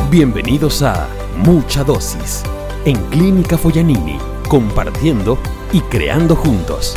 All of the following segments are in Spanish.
Bienvenidos a Mucha Dosis, en Clínica Foglianini, compartiendo y creando juntos.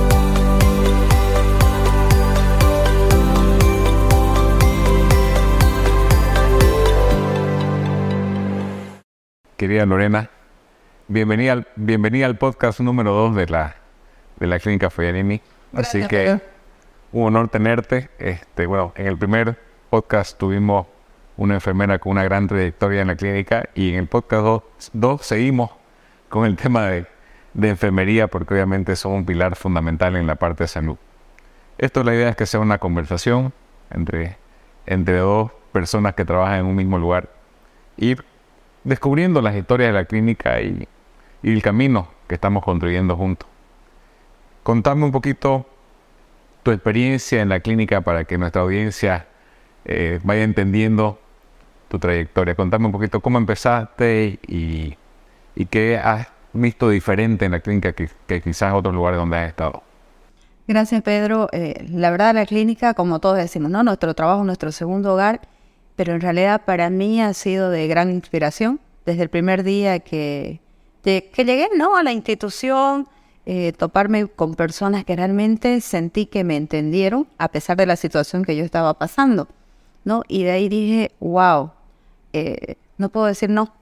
Querida Lorena, bienvenida al podcast número 2 de la Clínica Foglianini. Así que un honor tenerte. En el primer podcast tuvimos una enfermera con una gran trayectoria en la clínica y en el podcast 2 seguimos con el tema de enfermería porque obviamente son un pilar fundamental en la parte de salud. La idea es que sea una conversación entre dos personas que trabajan en un mismo lugar, ir descubriendo las historias de la clínica y el camino que estamos construyendo juntos. Contame un poquito tu experiencia en la clínica para que nuestra audiencia vaya entendiendo tu trayectoria. Contame un poquito cómo empezaste y qué has visto diferente en la clínica que quizás en otros lugares donde has estado. Gracias, Pedro. La verdad, la clínica, como todos decimos, ¿no? Nuestro trabajo, nuestro segundo hogar, pero en realidad para mí ha sido de gran inspiración desde el primer día que llegué, ¿no?, a la institución, toparme con personas que realmente sentí que me entendieron a pesar de la situación que yo estaba pasando, ¿no? Y de ahí dije, wow, no puedo decir no,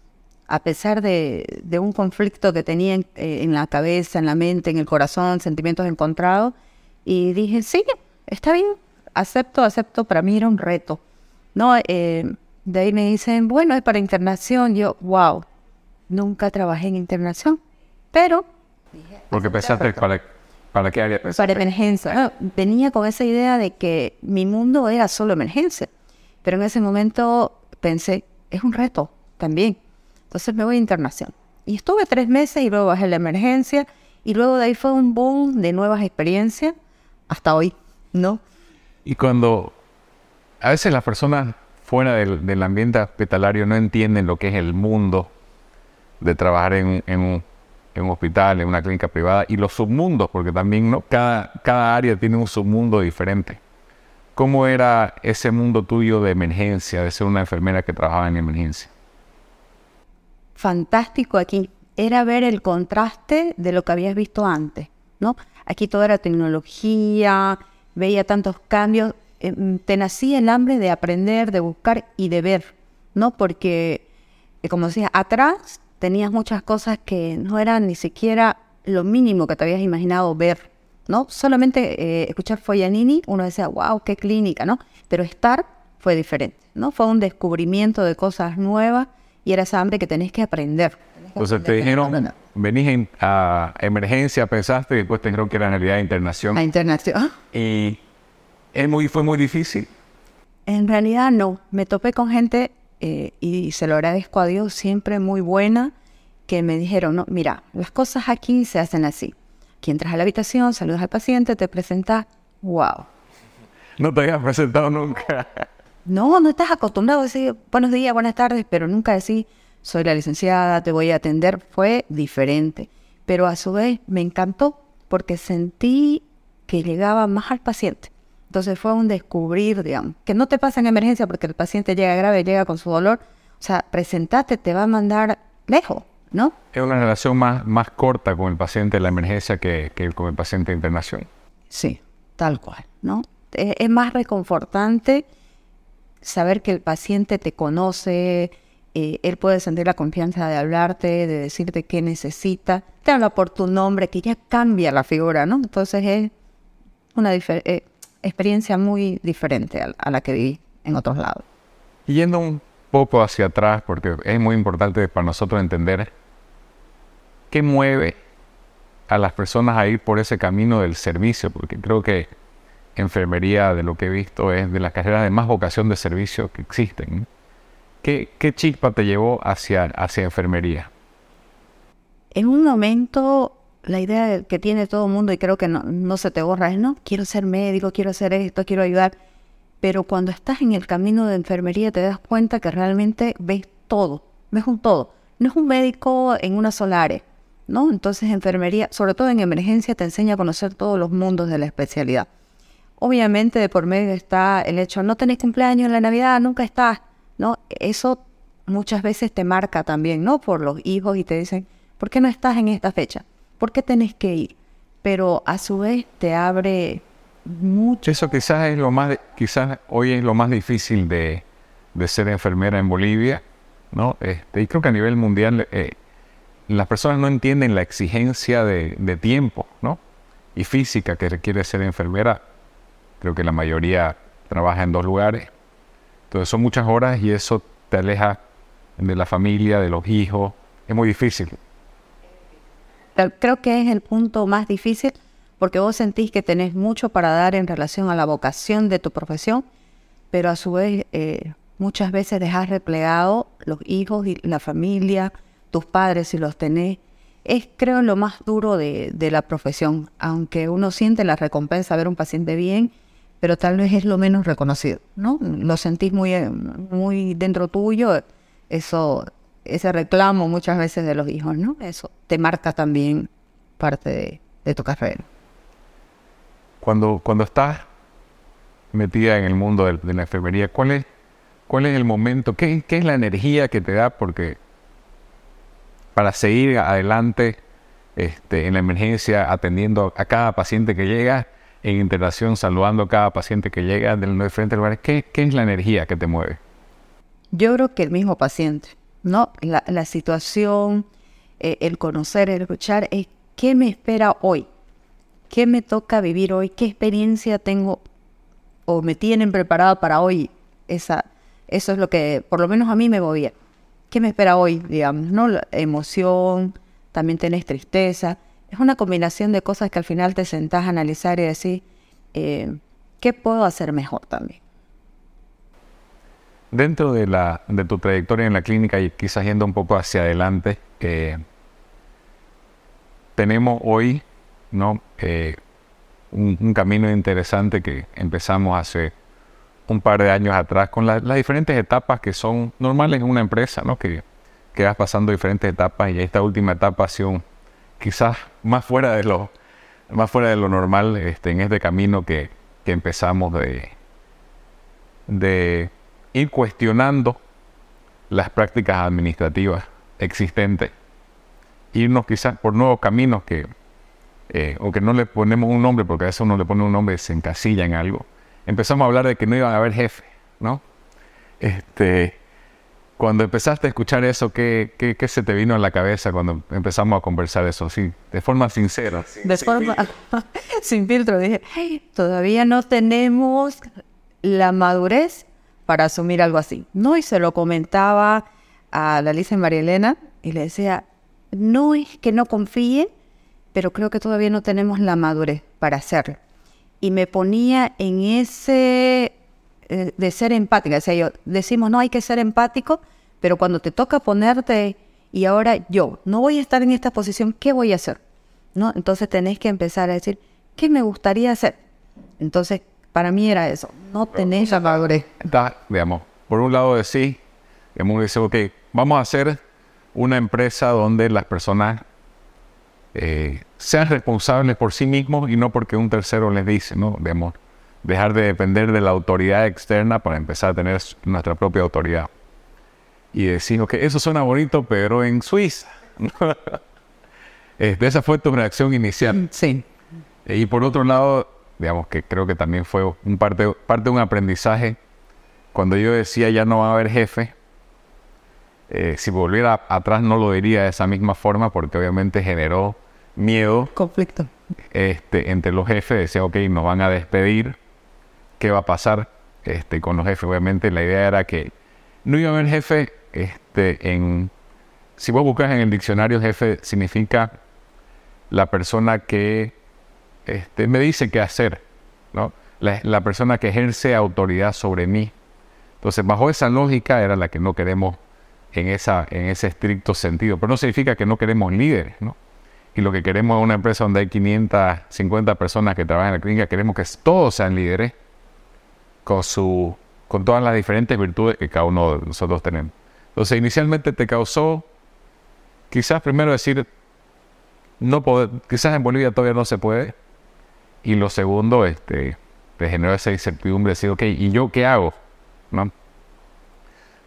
a pesar de un conflicto que tenía en la cabeza, en la mente, en el corazón, sentimientos encontrados, y dije, sí, está bien, acepto, para mí era un reto, ¿no? De ahí me dicen, bueno, es para internación. Yo, wow, nunca trabajé en internación, pero... Porque pensaste, ¿para qué área pensaste? Para emergencia. No, venía con esa idea de que mi mundo era solo emergencia, pero en ese momento pensé, es un reto también. Entonces me voy a internación. Y estuve 3 meses y luego bajé la emergencia, y luego de ahí fue un boom de nuevas experiencias hasta hoy, ¿no? Y cuando a veces las personas fuera del ambiente hospitalario no entienden lo que es el mundo de trabajar en un hospital, en una clínica privada, y los submundos, porque también, ¿no?, cada área tiene un submundo diferente. ¿Cómo era ese mundo tuyo de emergencia, de ser una enfermera que trabajaba en emergencia? Fantástico aquí. Era ver el contraste de lo que habías visto antes, ¿no? Aquí toda era tecnología, veía tantos cambios. Te nacía el hambre de aprender, de buscar y de ver, ¿no? Porque, como decía, atrás tenías muchas cosas que no eran ni siquiera lo mínimo que te habías imaginado ver, ¿no? Solamente escuchar Foglianini, uno decía, wow, qué clínica, ¿no? Pero estar fue diferente, ¿no? Fue un descubrimiento de cosas nuevas y era esa hambre que tenés que aprender. Entonces te dijeron, venís a emergencia, pensaste, y después te dijeron que era en realidad internación. A internación. Y fue muy difícil. En realidad no, me topé con gente... y se lo agradezco a Dios, siempre muy buena, que me dijeron, no, mira, las cosas aquí se hacen así. Aquí entras a la habitación, saludas al paciente, te presentas, wow. ¿No te habías presentado nunca? No estás acostumbrado a decir buenos días, buenas tardes, pero nunca decir, soy la licenciada, te voy a atender. Fue diferente, pero a su vez me encantó porque sentí que llegaba más al paciente. Entonces fue un descubrir, digamos, que no te pasa en emergencia porque el paciente llega grave, llega con su dolor. O sea, presentate, te va a mandar lejos, ¿no? Es una relación más corta con el paciente de la emergencia que con el paciente de internación. Sí, tal cual, ¿no? Es más reconfortante saber que el paciente te conoce, él puede sentir la confianza de hablarte, de decirte qué necesita, te habla por tu nombre, que ya cambia la figura, ¿no? Entonces es una experiencia muy diferente a la que viví en otros lados. Yendo un poco hacia atrás, porque es muy importante para nosotros entender qué mueve a las personas a ir por ese camino del servicio, porque creo que enfermería, de lo que he visto, es de las carreras de más vocación de servicio que existen. ¿Qué chispa te llevó hacia enfermería? En un momento... La idea que tiene todo el mundo, y creo que no se te borra, es, no, quiero ser médico, quiero hacer esto, quiero ayudar. Pero cuando estás en el camino de enfermería te das cuenta que realmente ves todo, ves un todo. No es un médico en una sola área, ¿no? Entonces enfermería, sobre todo en emergencia, te enseña a conocer todos los mundos de la especialidad. Obviamente de por medio está el hecho, no tenés cumpleaños en la Navidad, nunca estás, ¿no? Eso muchas veces te marca también, ¿no? Por los hijos y te dicen, ¿por qué no estás en esta fecha? ¿Por qué tenés que ir? Pero a su vez te abre mucho. Eso quizás es quizás hoy es lo más difícil de ser enfermera en Bolivia, ¿no? Y creo que a nivel mundial las personas no entienden la exigencia de tiempo, ¿no? Y física que requiere ser enfermera. Creo que la mayoría trabaja en 2 lugares. Entonces son muchas horas y eso te aleja de la familia, de los hijos. Es muy difícil. Creo que es el punto más difícil porque vos sentís que tenés mucho para dar en relación a la vocación de tu profesión, pero a su vez muchas veces dejás replegado los hijos y la familia, tus padres si los tenés. Es, creo, lo más duro de la profesión, aunque uno siente la recompensa de ver un paciente bien, pero tal vez es lo menos reconocido, ¿no? Lo sentís muy dentro tuyo, ese reclamo muchas veces de los hijos, ¿no? Eso te marca también parte de tu carrera. Cuando estás metida en el mundo de la enfermería, ¿cuál es el momento? ¿Qué es la energía que te da? Porque para seguir adelante en la emergencia, atendiendo a cada paciente que llega, en interacción, saludando a cada paciente que llega de los diferentes lugares, ¿qué es la energía que te mueve? Yo creo que el mismo paciente, ¿no? La situación, el conocer, el escuchar, es qué me espera hoy, qué me toca vivir hoy, qué experiencia tengo o me tienen preparada para hoy. Eso es lo que por lo menos a mí me movía. ¿Qué me espera hoy, digamos, ¿no? La emoción, también tenés tristeza. Es una combinación de cosas que al final te sentás a analizar y decir, ¿qué puedo hacer mejor también? Dentro de tu trayectoria en la clínica y quizás yendo un poco hacia adelante, tenemos hoy, ¿no? Un camino interesante que empezamos hace un par de años atrás con las diferentes etapas que son normales en una empresa, ¿no? Que vas pasando diferentes etapas y esta última etapa ha sido quizás más fuera de lo normal en este camino que empezamos de ir cuestionando las prácticas administrativas existentes, irnos quizás por nuevos caminos o que no le ponemos un nombre, porque a veces uno le pone un nombre y se encasilla en algo. Empezamos a hablar de que no iban a haber jefes, ¿no? Cuando empezaste a escuchar eso, ¿qué se te vino a la cabeza cuando empezamos a conversar eso? Sí, de forma sincera. Sin filtro. Dije, todavía no tenemos la madurez para asumir algo así, ¿no? Y se lo comentaba a la Lisa y María Elena y le decía, no es que no confíe, pero creo que todavía no tenemos la madurez para hacerlo. Y me ponía en ese de ser empática. Decía yo, decimos, no hay que ser empático, pero cuando te toca ponerte, y ahora yo no voy a estar en esta posición, ¿qué voy a hacer? ¿No? Entonces tenés que empezar a decir, ¿qué me gustaría hacer? Entonces, para mí era eso, no tenés la madurez. Digamos, por un lado decir, dice, ok, vamos a hacer una empresa donde las personas sean responsables por sí mismos y no porque un tercero les dice, ¿no? Digamos, dejar de depender de la autoridad externa para empezar a tener nuestra propia autoridad. Y decir, ok, eso suena bonito, pero en Suiza. Esa fue tu reacción inicial. Sí. Y por otro lado, digamos que creo que también fue parte de un aprendizaje. Cuando yo decía ya no va a haber jefe, si volviera atrás no lo diría de esa misma forma, porque obviamente generó miedo. Conflicto. Entre los jefes. Decía, ok, nos van a despedir. ¿Qué va a pasar con los jefes? Obviamente la idea era que no iba a haber jefe. Si vos buscas en el diccionario, jefe significa la persona que me dice qué hacer, ¿no? La persona que ejerce autoridad sobre mí. Entonces, bajo esa lógica era la que no queremos en ese estricto sentido. Pero no significa que no queremos líderes, ¿no? Y lo que queremos es una empresa donde hay 550 personas que trabajan en la clínica. Queremos que todos sean líderes con todas las diferentes virtudes que cada uno de nosotros tenemos. Entonces, inicialmente te causó, quizás primero decir, no poder, quizás en Bolivia todavía no se puede. Y lo segundo, te generó esa incertidumbre de decir, ok, ¿y yo qué hago? ¿No?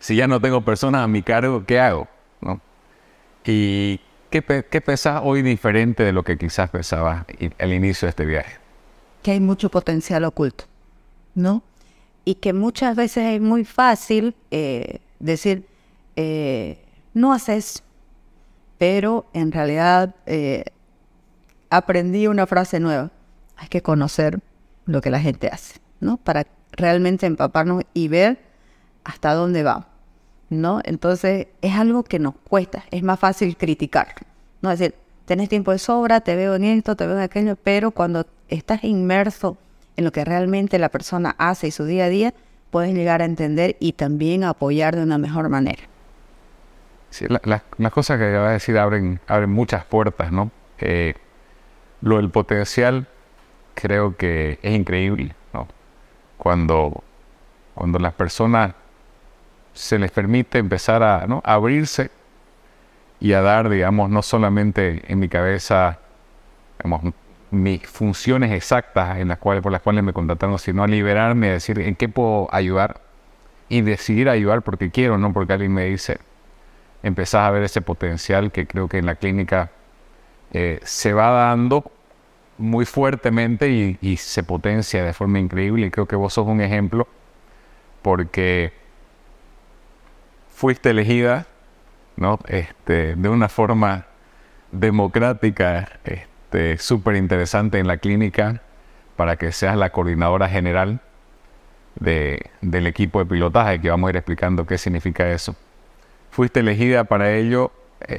si ya no tengo personas a mi cargo, ¿qué hago? ¿No? ¿Y qué pensás hoy diferente de lo que quizás pensabas al inicio de este viaje? Que hay mucho potencial oculto, ¿no? Y que muchas veces es muy fácil decir, no haces, pero en realidad aprendí una frase nueva. Hay que conocer lo que la gente hace, ¿no? Para realmente empaparnos y ver hasta dónde va, ¿no? Entonces, es algo que nos cuesta. Es más fácil criticar, ¿no? Es decir, tenés tiempo de sobra, te veo en esto, te veo en aquello, pero cuando estás inmerso en lo que realmente la persona hace y su día a día, puedes llegar a entender y también apoyar de una mejor manera. Sí, las cosas que acabas de decir abren muchas puertas, ¿no? Lo del potencial creo que es increíble, ¿no? Cuando las personas se les permite empezar a, ¿no?, a abrirse y a dar, digamos, no solamente en mi cabeza, digamos, mis funciones exactas por las cuales me contrataron, sino a liberarme, a decir en qué puedo ayudar y decidir ayudar porque quiero, no porque alguien me dice. Empezás a ver ese potencial que creo que en la clínica se va dando muy fuertemente y se potencia de forma increíble. Y creo que vos sos un ejemplo porque fuiste elegida, ¿no?, de una forma democrática, súper interesante en la clínica para que seas la coordinadora general del equipo de pilotaje, que vamos a ir explicando qué significa eso. Fuiste elegida para ello,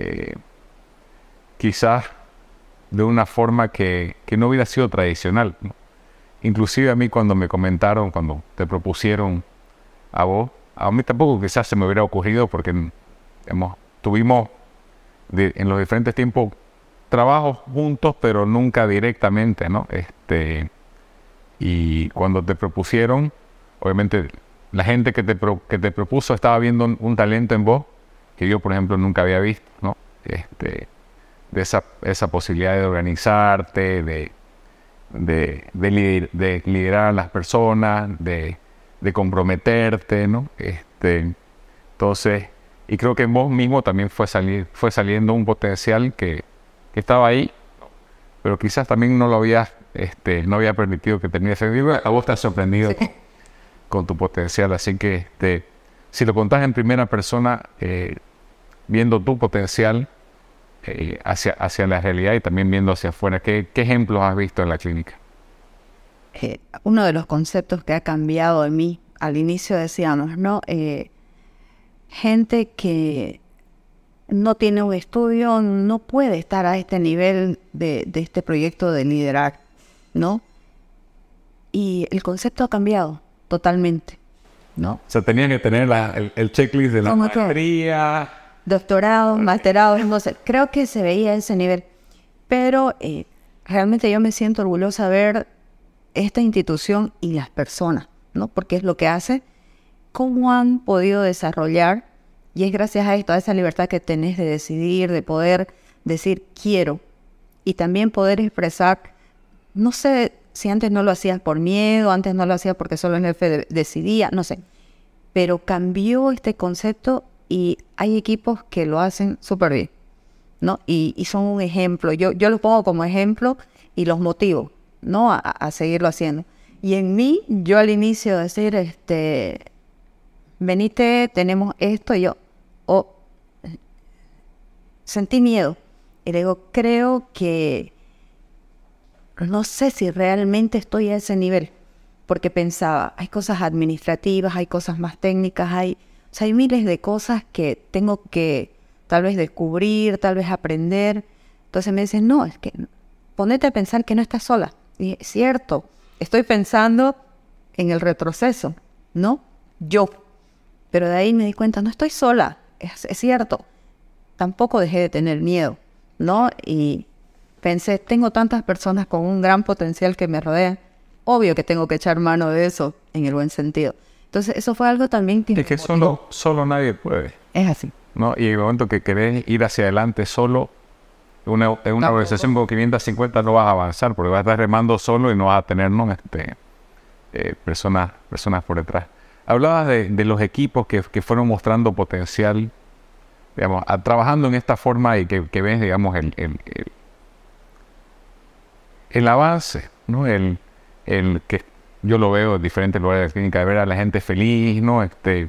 quizás de una forma que no hubiera sido tradicional, ¿no? Inclusive a mí cuando me comentaron, cuando te propusieron a vos, a mí tampoco quizás se me hubiera ocurrido porque tuvimos en los diferentes tiempos trabajos juntos, pero nunca directamente, ¿no? Y cuando te propusieron, obviamente la gente que te propuso estaba viendo un talento en vos que yo, por ejemplo, nunca había visto, ¿no? De esa posibilidad de organizarte, de liderar a las personas, de comprometerte, ¿no? Entonces, y creo que en vos mismo también fue saliendo un potencial que estaba ahí, pero quizás también no había permitido que termine ese nivel. A vos te has sorprendido, sí, con tu potencial, así que si lo contás en primera persona, viendo tu potencial hacia la realidad y también viendo hacia afuera, ¿qué ejemplos has visto en la clínica? Uno de los conceptos que ha cambiado en mí, al inicio decíamos, ¿no? Gente que no tiene un estudio no puede estar a este nivel de este proyecto de liderar, ¿no? Y el concepto ha cambiado totalmente, ¿no? O sea, tenían que tener el checklist de la maestría, doctorado, masterado, no sé. Creo que se veía ese nivel. Pero realmente yo me siento orgullosa de ver esta institución y las personas, ¿no? Porque es lo que hace, cómo han podido desarrollar, y es gracias a esto, a esa libertad que tenés de decidir, de poder decir quiero, y también poder expresar, no sé si antes no lo hacías por miedo, antes no lo hacías porque solo el jefe decidía, no sé, pero cambió este concepto y hay equipos que lo hacen súper bien, ¿no? Y son un ejemplo, yo los pongo como ejemplo y los motivo, ¿no? A seguirlo haciendo. Y en mí, yo al inicio decir, venite, tenemos esto, y yo, sentí miedo. Y le digo, creo que, no sé si realmente estoy a ese nivel. Porque pensaba, hay cosas administrativas, hay cosas más técnicas, hay miles de cosas que tengo que tal vez descubrir, tal vez aprender. Entonces me dicen, no, es que ponete a pensar que no estás sola. Y es cierto, estoy pensando en el retroceso, ¿no? Yo. Pero de ahí me di cuenta, no estoy sola, es cierto. Tampoco dejé de tener miedo, ¿no? Y pensé, tengo tantas personas con un gran potencial que me rodean. Obvio que tengo que echar mano de eso en el buen sentido. Entonces, eso fue algo también que... Es que solo nadie puede. Es así. ¿No? Y en el momento que querés ir hacia adelante solo, en una organización con 550 no vas a avanzar, porque vas a estar remando solo y no vas a tener, ¿no?, personas por detrás. hablabas de los equipos que fueron mostrando potencial, digamos, trabajando en esta forma y que ves, digamos, el avance, ¿no? El que yo lo veo en diferentes lugares de la clínica, de ver a la gente feliz, ¿no?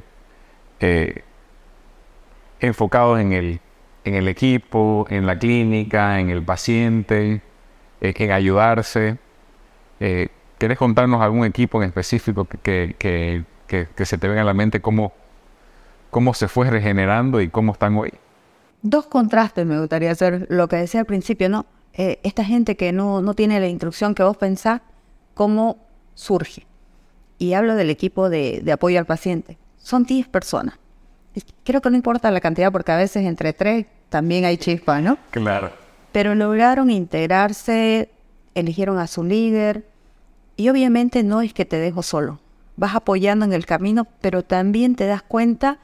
Enfocados en el equipo, en la clínica, en el paciente, en ayudarse. ¿Querés contarnos algún equipo en específico que se te venga a la mente cómo se fue regenerando y cómo están hoy? Dos contrastes me gustaría hacer. Lo que decía al principio, ¿no? Esta gente que no tiene la instrucción que vos pensás, ¿cómo surge? Y hablo del equipo de apoyo al paciente. Son 10 personas. Creo que no importa la cantidad, porque a veces entre 3 también hay chispa, ¿no? Claro. Pero lograron integrarse, eligieron a su líder, y obviamente no es que te dejo solo. Vas apoyando en el camino, pero también te das cuenta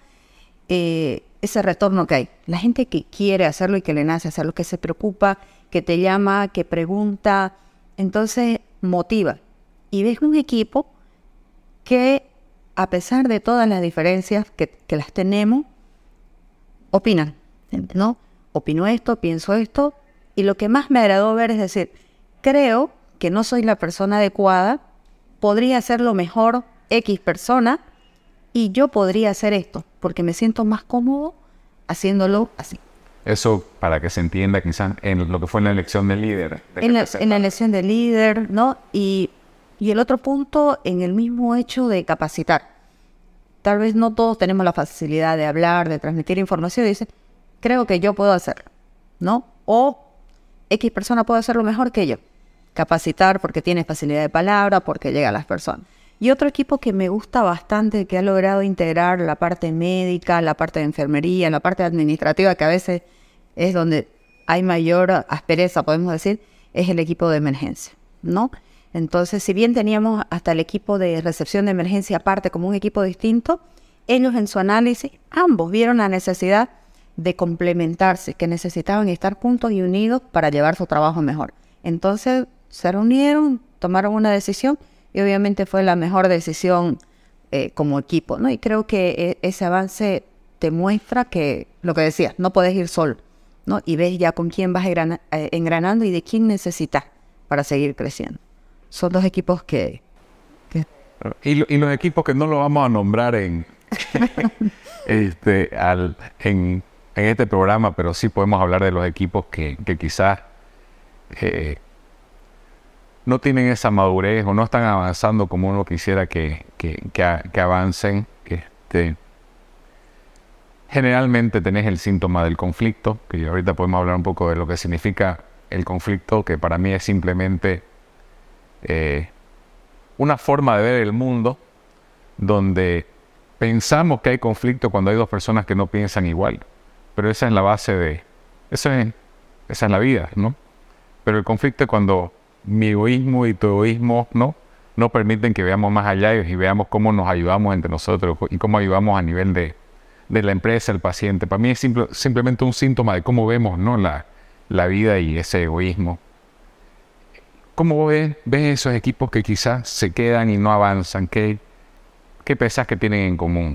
ese retorno que hay. La gente que quiere hacerlo y que le nace hacerlo, que se preocupa, que te llama, que pregunta, entonces motiva. Y ves un equipo que, a pesar de todas las diferencias que las tenemos, opinan, ¿no? Opino esto, pienso esto, y lo que más me agradó ver es decir, creo que no soy la persona adecuada, podría hacerlo mejor X persona, y yo podría hacer esto, porque me siento más cómodo haciéndolo así. Eso para que se entienda quizás en lo que fue la elección del líder. En la elección del líder, ¿no? Y el otro punto, en el mismo hecho de capacitar. Tal vez no todos tenemos la facilidad de hablar, de transmitir información, y dicen, creo que yo puedo hacerlo, ¿no? O X persona puede hacerlo mejor que yo. Capacitar porque tiene facilidad de palabra, porque llega a las personas. Y otro equipo que me gusta bastante, que ha logrado integrar la parte médica, la parte de enfermería, la parte administrativa, que a veces es donde hay mayor aspereza, podemos decir, es el equipo de emergencia, ¿no? Entonces, si bien teníamos hasta el equipo de recepción de emergencia aparte como un equipo distinto, ellos en su análisis, ambos vieron la necesidad de complementarse, que necesitaban estar juntos y unidos para llevar su trabajo mejor. Entonces, se reunieron, tomaron una decisión y obviamente fue la mejor decisión como equipo, ¿no? Y creo que ese avance te muestra que, lo que decías, no puedes ir solo, ¿no? Y ves ya con quién vas engranando y de quién necesitas para seguir creciendo. Son dos equipos que... Y los equipos que no lo vamos a nombrar en este programa, pero sí podemos hablar de los equipos que quizás no tienen esa madurez o no están avanzando como uno quisiera que avancen. Generalmente tenés el síntoma del conflicto, que ahorita podemos hablar un poco de lo que significa el conflicto, que para mí es simplemente una forma de ver el mundo donde pensamos que hay conflicto cuando hay dos personas que no piensan igual. Pero esa es la base de... esa es la vida, ¿no? Pero el conflicto es cuando mi egoísmo y tu egoísmo no permiten que veamos más allá y veamos cómo nos ayudamos entre nosotros y cómo ayudamos a nivel de la empresa, el paciente. Para mí es simplemente un síntoma de cómo vemos, ¿no? la vida y ese egoísmo. ¿Cómo ves esos equipos que quizás se quedan y no avanzan? ¿Qué pensás que tienen en común?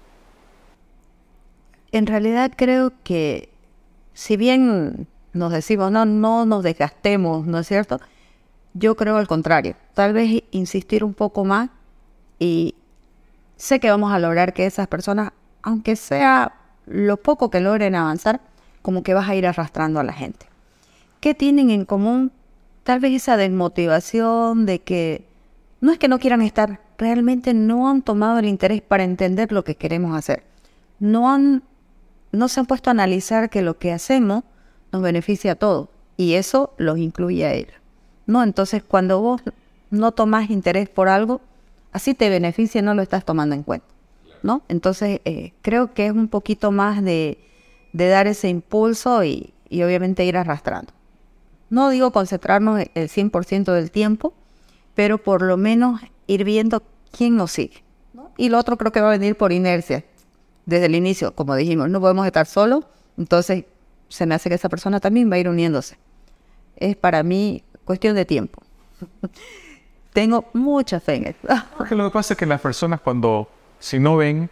En realidad creo que, si bien nos decimos no nos desgastemos, ¿no es cierto? Yo creo al contrario. Tal vez insistir un poco más y sé que vamos a lograr que esas personas, aunque sea lo poco que logren avanzar, como que vas a ir arrastrando a la gente. ¿Qué tienen en común? Tal vez esa desmotivación de que no es que no quieran estar, realmente no han tomado el interés para entender lo que queremos hacer. No se han puesto a analizar que lo que hacemos nos beneficia a todos y eso los incluye a ellos, ¿no? Entonces, cuando vos no tomás interés por algo, así te beneficia, no lo estás tomando en cuenta, ¿no? Entonces, creo que es un poquito más de dar ese impulso y obviamente ir arrastrando. No digo concentrarnos el 100% del tiempo, pero por lo menos ir viendo quién nos sigue, ¿no? Y lo otro creo que va a venir por inercia. Desde el inicio, como dijimos, no podemos estar solos, entonces se me hace que esa persona también va a ir uniéndose. Es para mí cuestión de tiempo. Tengo mucha fe en esto. Porque lo que pasa es que las personas cuando si no ven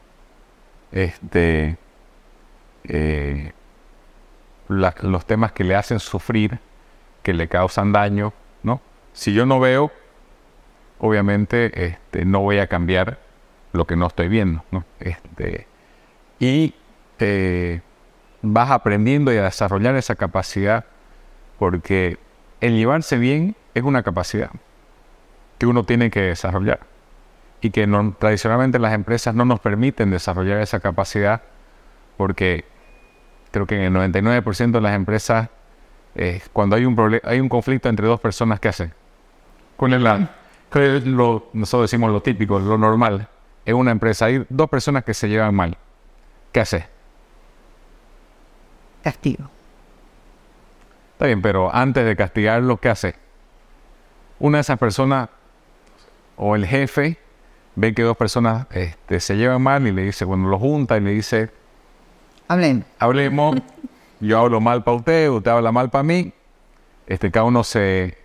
los temas que le hacen sufrir, que le causan daño, ¿no? Si yo no veo, obviamente no voy a cambiar lo que no estoy viendo, ¿no? Vas aprendiendo y a desarrollar esa capacidad, porque el llevarse bien es una capacidad que uno tiene que desarrollar y que tradicionalmente las empresas no nos permiten desarrollar esa capacidad, porque creo que en el 99% de las empresas, cuando hay un conflicto entre dos personas, ¿qué hacen? Nosotros decimos lo típico, lo normal. En una empresa hay dos personas que se llevan mal. ¿Qué hace? Castigo. Está bien, pero antes de castigarlo, ¿qué hace? Una de esas personas o el jefe ve que dos personas se llevan mal y le dice, bueno, lo junta y le dice, hablemos, yo hablo mal para usted habla mal para mí, cada uno se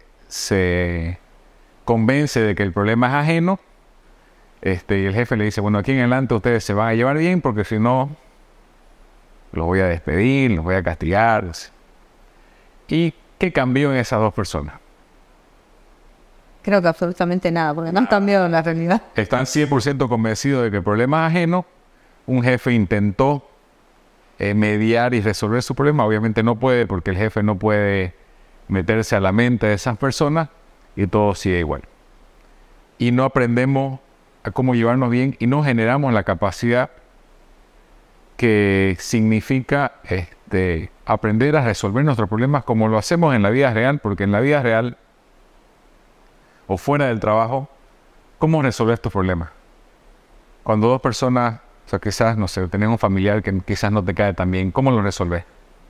convence de que el problema es ajeno, y el jefe le dice, bueno, aquí en adelante ustedes se van a llevar bien, porque si no, los voy a despedir, los voy a castigar. ¿Y qué cambió en esas dos personas? Creo que absolutamente nada, porque no han cambiado la realidad. Están 100% convencidos de que el problema es ajeno. Un jefe intentó mediar y resolver su problema. Obviamente no puede, porque el jefe no puede meterse a la mente de esas personas, y todo sigue igual. Y no aprendemos a cómo llevarnos bien y no generamos la capacidad que significa aprender a resolver nuestros problemas como lo hacemos en la vida real, porque en la vida real o fuera del trabajo, ¿cómo resolver estos problemas? Cuando dos personas, o sea, quizás, no sé, tenés un familiar que quizás no te cae tan bien, ¿cómo lo resolves?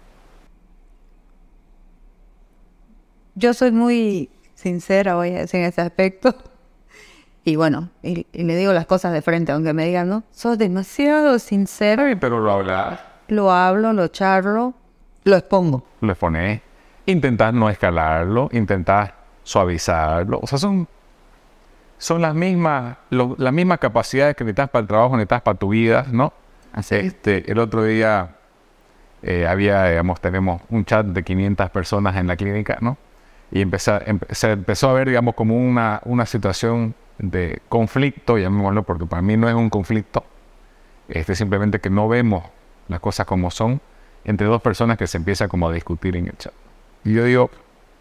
Yo soy muy sincera, voy a decir, en ese aspecto. Y bueno, y le digo las cosas de frente, aunque me digan, no, sos demasiado sincero. Ay, pero lo hablas. Lo hablo, lo charlo, lo expongo. Lo expones. Intentás no escalarlo, intentás suavizarlo. O sea, son las mismas capacidades que necesitas para el trabajo, necesitas para tu vida, ¿no? Así. El otro día tenemos un chat de 500 personas en la clínica, ¿no? Y se empezó a ver, digamos, como una situación de conflicto, llamémoslo, porque para mí no es un conflicto, simplemente que no vemos las cosas como son, entre dos personas que se empieza como a discutir en el chat. Y yo digo,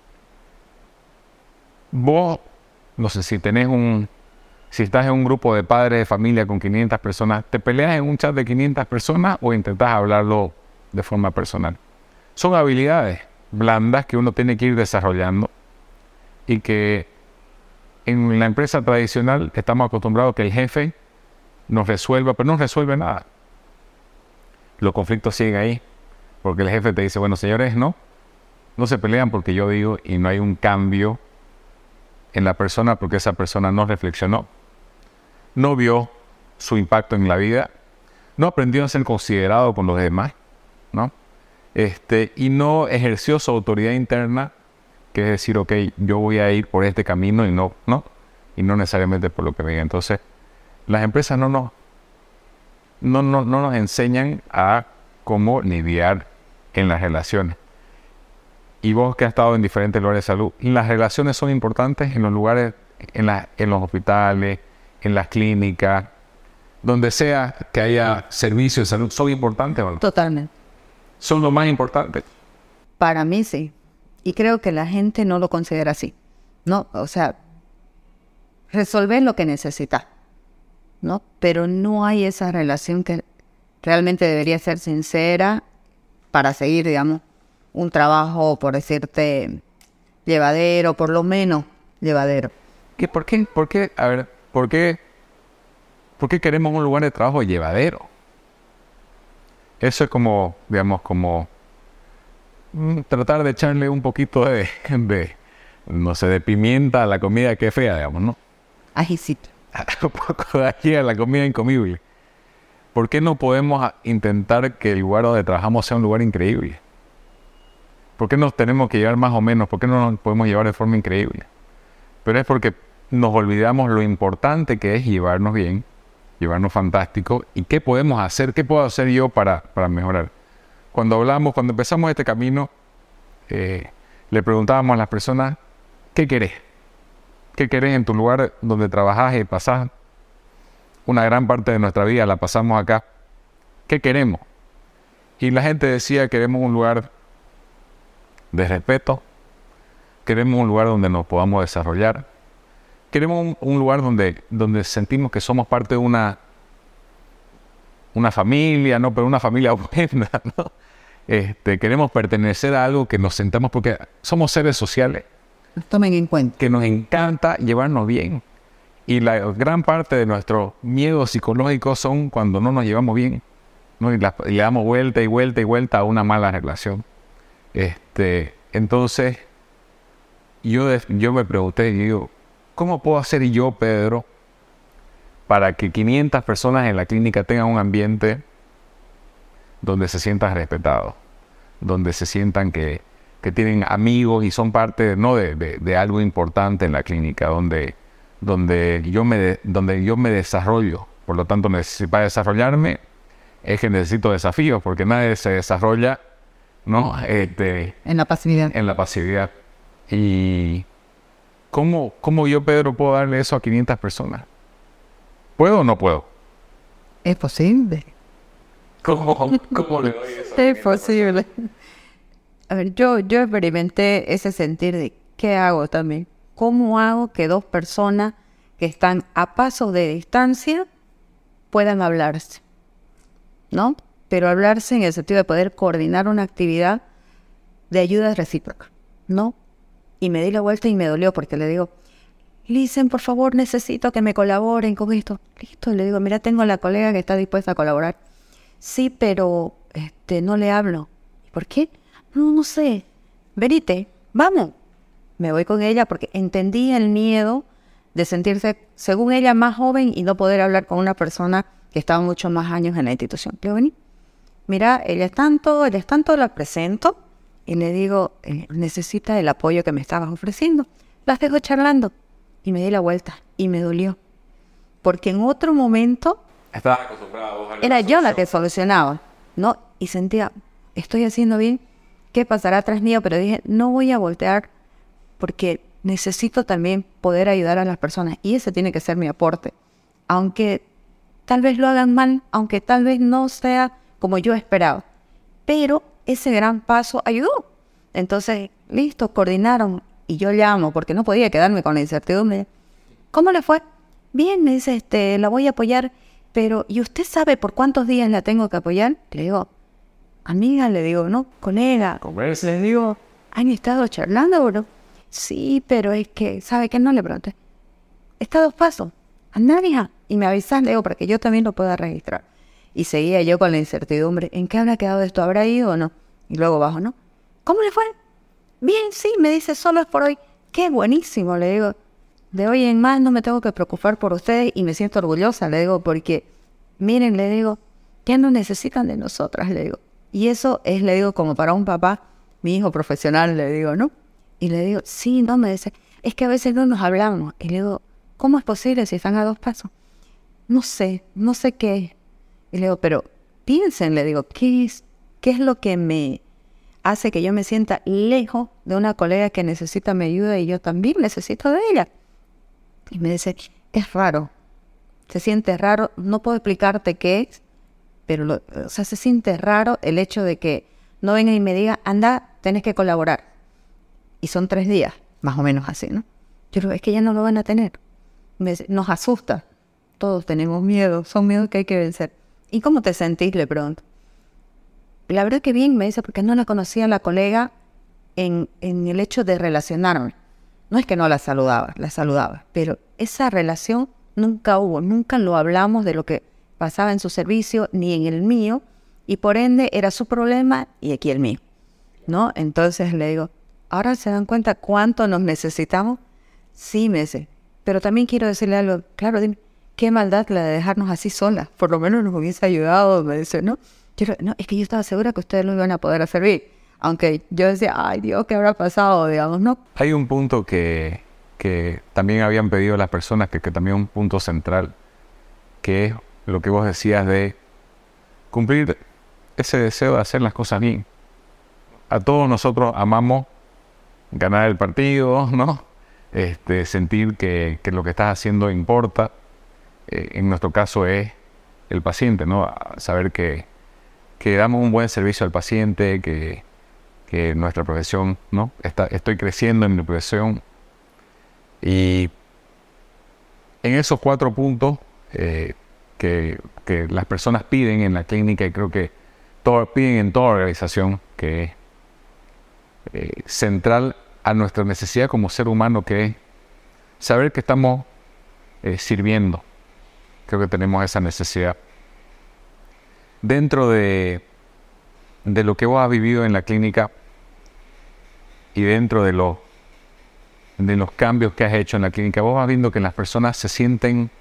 vos, no sé, si estás en un grupo de padres de familia con 500 personas, ¿te peleas en un chat de 500 personas o intentás hablarlo de forma personal? Son habilidades blandas que uno tiene que ir desarrollando y que en la empresa tradicional estamos acostumbrados a que el jefe nos resuelva, pero no resuelve nada. Los conflictos siguen ahí, porque el jefe te dice, bueno, señores, no se pelean porque yo digo, y no hay un cambio en la persona porque esa persona no reflexionó, no vio su impacto en la vida, no aprendió a ser considerado con los demás, ¿no? Y no ejerció su autoridad interna, que es decir, ok, yo voy a ir por este camino y no necesariamente por lo que venga. Entonces, las empresas no nos enseñan a cómo lidiar en las relaciones. Y vos que has estado en diferentes lugares de salud, las relaciones son importantes en los lugares, en los hospitales, en las clínicas, donde sea que haya servicios de salud, ¿son importantes o no? Totalmente. ¿Son lo más importante? Para mí sí. Y creo que la gente no lo considera así, ¿no? O sea, resolver lo que necesitas, ¿no? Pero no hay esa relación que realmente debería ser sincera para seguir, digamos, un trabajo, por decirte, llevadero, por lo menos llevadero. ¿Por qué queremos un lugar de trabajo llevadero? Eso es como, digamos, tratar de echarle un poquito de pimienta a la comida que es fea, digamos, ¿no? Ajicito. Un poco de ají a la comida incomible. ¿Por qué no podemos intentar que el lugar donde trabajamos sea un lugar increíble? ¿Por qué nos tenemos que llevar más o menos? ¿Por qué no nos podemos llevar de forma increíble? Pero es porque nos olvidamos lo importante que es llevarnos bien llevarnos fantástico. ¿Y qué podemos hacer? ¿Qué puedo hacer yo para mejorar? Cuando empezamos este camino, le preguntábamos a las personas, ¿qué querés? ¿Qué querés en tu lugar donde trabajás y pasás una gran parte de nuestra vida? La pasamos acá. ¿Qué queremos? Y la gente decía, queremos un lugar de respeto, queremos un lugar donde nos podamos desarrollar, queremos un lugar donde sentimos que somos parte de una familia, ¿no? Pero una familia buena, ¿no? Queremos pertenecer a algo que nos sentamos, porque somos seres sociales. Tomen en cuenta. Que nos encanta llevarnos bien. Y la gran parte de nuestros miedos psicológicos son cuando no nos llevamos bien, ¿no? Y le damos vuelta y vuelta y vuelta a una mala relación. Entonces, yo me pregunté, digo, ¿cómo puedo hacer yo, Pedro, para que 500 personas en la clínica tengan un ambiente donde se sientan respetados, donde se sientan que tienen amigos y son parte, ¿no?, de algo importante en la clínica, donde yo me desarrollo? Por lo tanto, para desarrollarme es que necesito desafíos, porque nadie se desarrolla, ¿no?, en la pasividad. En la pasividad. Y ¿cómo yo, Pedro, puedo darle eso a 500 personas? ¿Puedo o no puedo? Es posible. ¿Cómo le doy eso? Es posible. A ver, yo experimenté ese sentir de ¿qué hago también? ¿Cómo hago que dos personas que están a pasos de distancia puedan hablarse? ¿No? Pero hablarse en el sentido de poder coordinar una actividad de ayuda recíproca, ¿no? Y me di la vuelta y me dolió porque le digo, Listen, por favor, necesito que me colaboren con esto. Listo, le digo, mira, tengo a la colega que está dispuesta a colaborar. Sí, pero no le hablo. ¿Por qué? No sé. Venite, vamos. Me voy con ella porque entendí el miedo de sentirse, según ella, más joven y no poder hablar con una persona que estaba muchos más años en la institución. Le digo, vení. Mira, ella es tanto, la presento y le digo, necesita el apoyo que me estabas ofreciendo. Las dejo charlando y me di la vuelta y me dolió. Porque en otro momento estabas acostumbrada a vos a la era yo la que solucionaba, ¿no? Y sentía, estoy haciendo bien, ¿qué pasará tras mío? Pero dije, no voy a voltear porque necesito también poder ayudar a las personas y ese tiene que ser mi aporte. Aunque tal vez lo hagan mal, aunque tal vez no sea como yo esperaba, pero ese gran paso ayudó. Entonces, listo, coordinaron y yo llamo porque no podía quedarme con la incertidumbre. ¿Cómo le fue? Bien, me dice, la voy a apoyar, pero ¿y usted sabe por cuántos días la tengo que apoyar? Le digo, amiga, le digo, no, colega. Converse. Le digo, ¿han estado charlando o no? Sí, pero es que, ¿sabe qué? No le pregunté. Está a 2 pasos. Anda, hija, y me avisas, le digo, para que yo también lo pueda registrar. Y seguía yo con la incertidumbre, ¿en qué habrá quedado esto? ¿Habrá ido o no? Y luego bajo, ¿no? ¿Cómo le fue? Bien, sí, me dice, solo es por hoy. Qué buenísimo, le digo. De hoy en más no me tengo que preocupar por ustedes y me siento orgullosa, le digo, porque, miren, le digo, ya no necesitan de nosotras, le digo. Y eso es, le digo, como para un papá, mi hijo profesional, le digo, ¿no? Y le digo, sí, no, me dice, es que a veces no nos hablamos. Y le digo, ¿cómo es posible si están a 2 pasos? No sé qué es. Y le digo, pero piensen, le digo, ¿qué es lo que me hace que yo me sienta lejos de una colega que necesita mi ayuda y yo también necesito de ella? Y me dice, es raro, se siente raro, no puedo explicarte qué es, pero se siente raro el hecho de que no venga y me diga, anda, tenés que colaborar. Y son 3 días, más o menos así, ¿no? Yo digo, es que ya no lo van a tener. Me dice, nos asusta, todos tenemos miedo, son miedos que hay que vencer. ¿Y cómo te sentís? Le pregunto. La verdad que bien, me dice, porque no la conocía la colega en el hecho de relacionarme. No es que no la saludaba, pero esa relación nunca hubo, nunca lo hablamos de lo que pasaba en su servicio ni en el mío, y por ende era su problema y aquí el mío, ¿no? Entonces le digo, ¿ahora se dan cuenta cuánto nos necesitamos? Sí, me dice, pero también quiero decirle algo, claro, dime, qué maldad la de dejarnos así solas, por lo menos nos hubiese ayudado, me dice, ¿no? No, es que yo estaba segura que ustedes lo iban a poder hacer bien. Aunque yo decía, ay Dios, ¿qué habrá pasado? Digamos, ¿no? Hay un punto que también habían pedido las personas, que también es un punto central, que es lo que vos decías de cumplir ese deseo de hacer las cosas bien. A todos nosotros amamos ganar el partido, ¿no? Sentir que lo que estás haciendo importa. En nuestro caso es el paciente, ¿no? Saber que damos un buen servicio al paciente, que nuestra profesión, ¿no? Estoy creciendo en mi profesión. Y en esos 4 puntos que las personas piden en la clínica, y creo que piden en toda organización, que es central a nuestra necesidad como ser humano, que es saber que estamos sirviendo. Creo que tenemos esa necesidad. Dentro de lo que vos has vivido en la clínica y dentro de los cambios que has hecho en la clínica, vos vas viendo que las personas se sienten,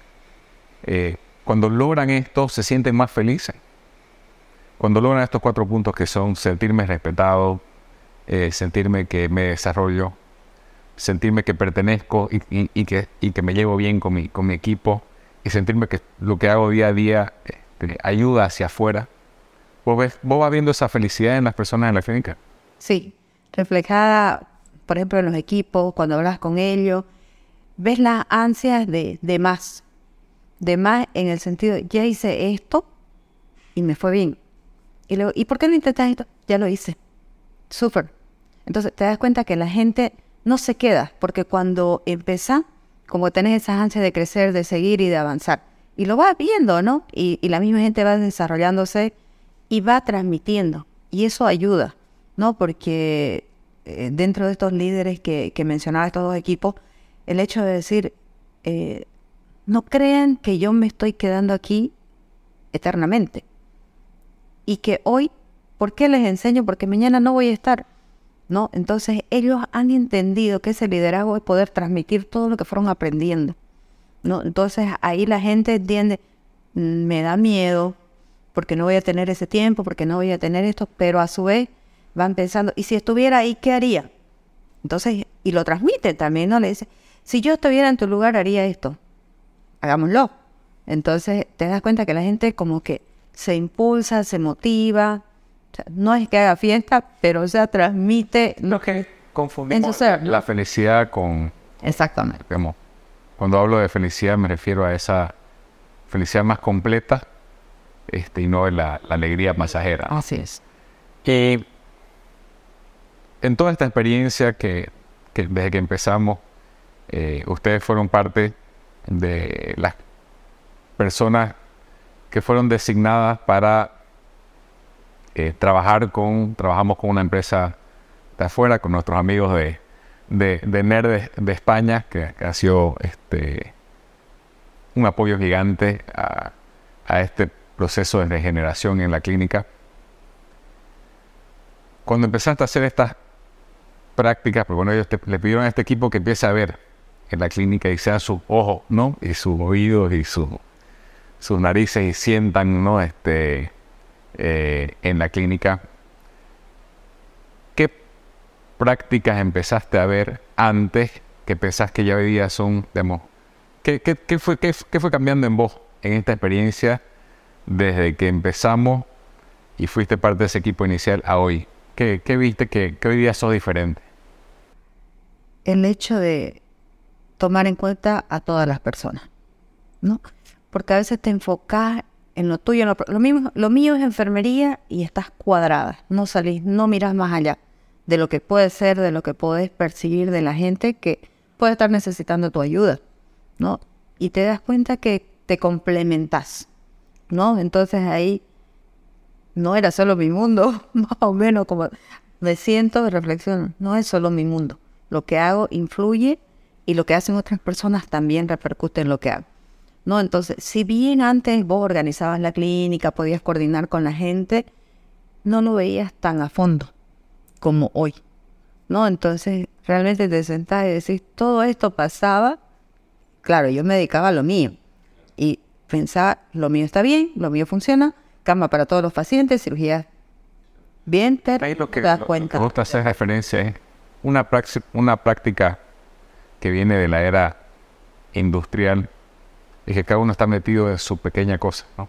cuando logran esto, se sienten más felices. Cuando logran estos 4 puntos, que son sentirme respetado, sentirme que me desarrollo, sentirme que pertenezco y que me llevo bien con mi equipo, y sentirme que lo que hago día a día ayuda hacia afuera. ¿Vos vas viendo esa felicidad en las personas en la clínica? Sí, reflejada, por ejemplo, en los equipos, cuando hablas con ellos, ves las ansias de más en el sentido, ya hice esto y me fue bien. Y luego, ¿y por qué no intentas esto? Ya lo hice. Súper. Entonces te das cuenta que la gente no se queda, porque cuando empieza, como tenés esas ansias de crecer, de seguir y de avanzar, y lo vas viendo, ¿no? Y la misma gente va desarrollándose y va transmitiendo, y eso ayuda, ¿no? Porque dentro de estos líderes que mencionaba, estos 2 equipos, el hecho de decir, no crean que yo me estoy quedando aquí eternamente, y que hoy, ¿por qué les enseño? Porque mañana no voy a estar, ¿no? Entonces ellos han entendido que ese liderazgo es poder transmitir todo lo que fueron aprendiendo, ¿no? Entonces ahí la gente entiende, me da miedo porque no voy a tener ese tiempo, porque no voy a tener esto, pero a su vez van pensando, ¿y si estuviera ahí, qué haría? Entonces, y lo transmiten también, ¿no? Le dicen, si yo estuviera en tu lugar, haría esto, hagámoslo. Entonces te das cuenta que la gente como que se impulsa, se motiva. O sea, no es que haga fiesta, pero transmite lo que confundimos la felicidad con... Exactamente. Digamos, cuando hablo de felicidad me refiero a esa felicidad más completa, y no de la alegría pasajera. Así es. Y en toda esta experiencia que desde que empezamos, ustedes fueron parte de las personas que fueron designadas para trabajamos con una empresa de afuera, con nuestros amigos de NER de España, que ha sido un apoyo gigante a este proceso de regeneración en la clínica. Cuando empezaste a hacer estas prácticas, pues bueno, ellos le pidieron a este equipo que empiece a ver en la clínica y sean sus ojos, ¿no? Y sus oídos y sus narices, y sientan, ¿no? En la clínica. ¿Qué prácticas empezaste a ver antes que pensás que ya hoy día son, digamos, qué fue cambiando en vos en esta experiencia desde que empezamos y fuiste parte de ese equipo inicial a hoy? ¿Qué viste que hoy día sos diferente? El hecho de tomar en cuenta a todas las personas, ¿no? Porque a veces te enfocas en lo tuyo, lo mío es enfermería y estás cuadrada, no salís, no miras más allá de lo que puede ser, de lo que podés percibir de la gente que puede estar necesitando tu ayuda, ¿no? Y te das cuenta que te complementás, ¿no? Entonces ahí no era solo mi mundo, más o menos como me siento y reflexiono, no es solo mi mundo, lo que hago influye y lo que hacen otras personas también repercute en lo que hago, ¿no? Entonces, si bien antes vos organizabas la clínica, podías coordinar con la gente, no lo veías tan a fondo como hoy, ¿no? Entonces, realmente te sentás y decís, todo esto pasaba, claro, yo me dedicaba a lo mío y pensaba, lo mío está bien, lo mío funciona, cama para todos los pacientes, cirugía bien, pero te das cuenta. Lo que vos te haces referencia es una práctica que viene de la era industrial, es que cada uno está metido en su pequeña cosa, ¿no?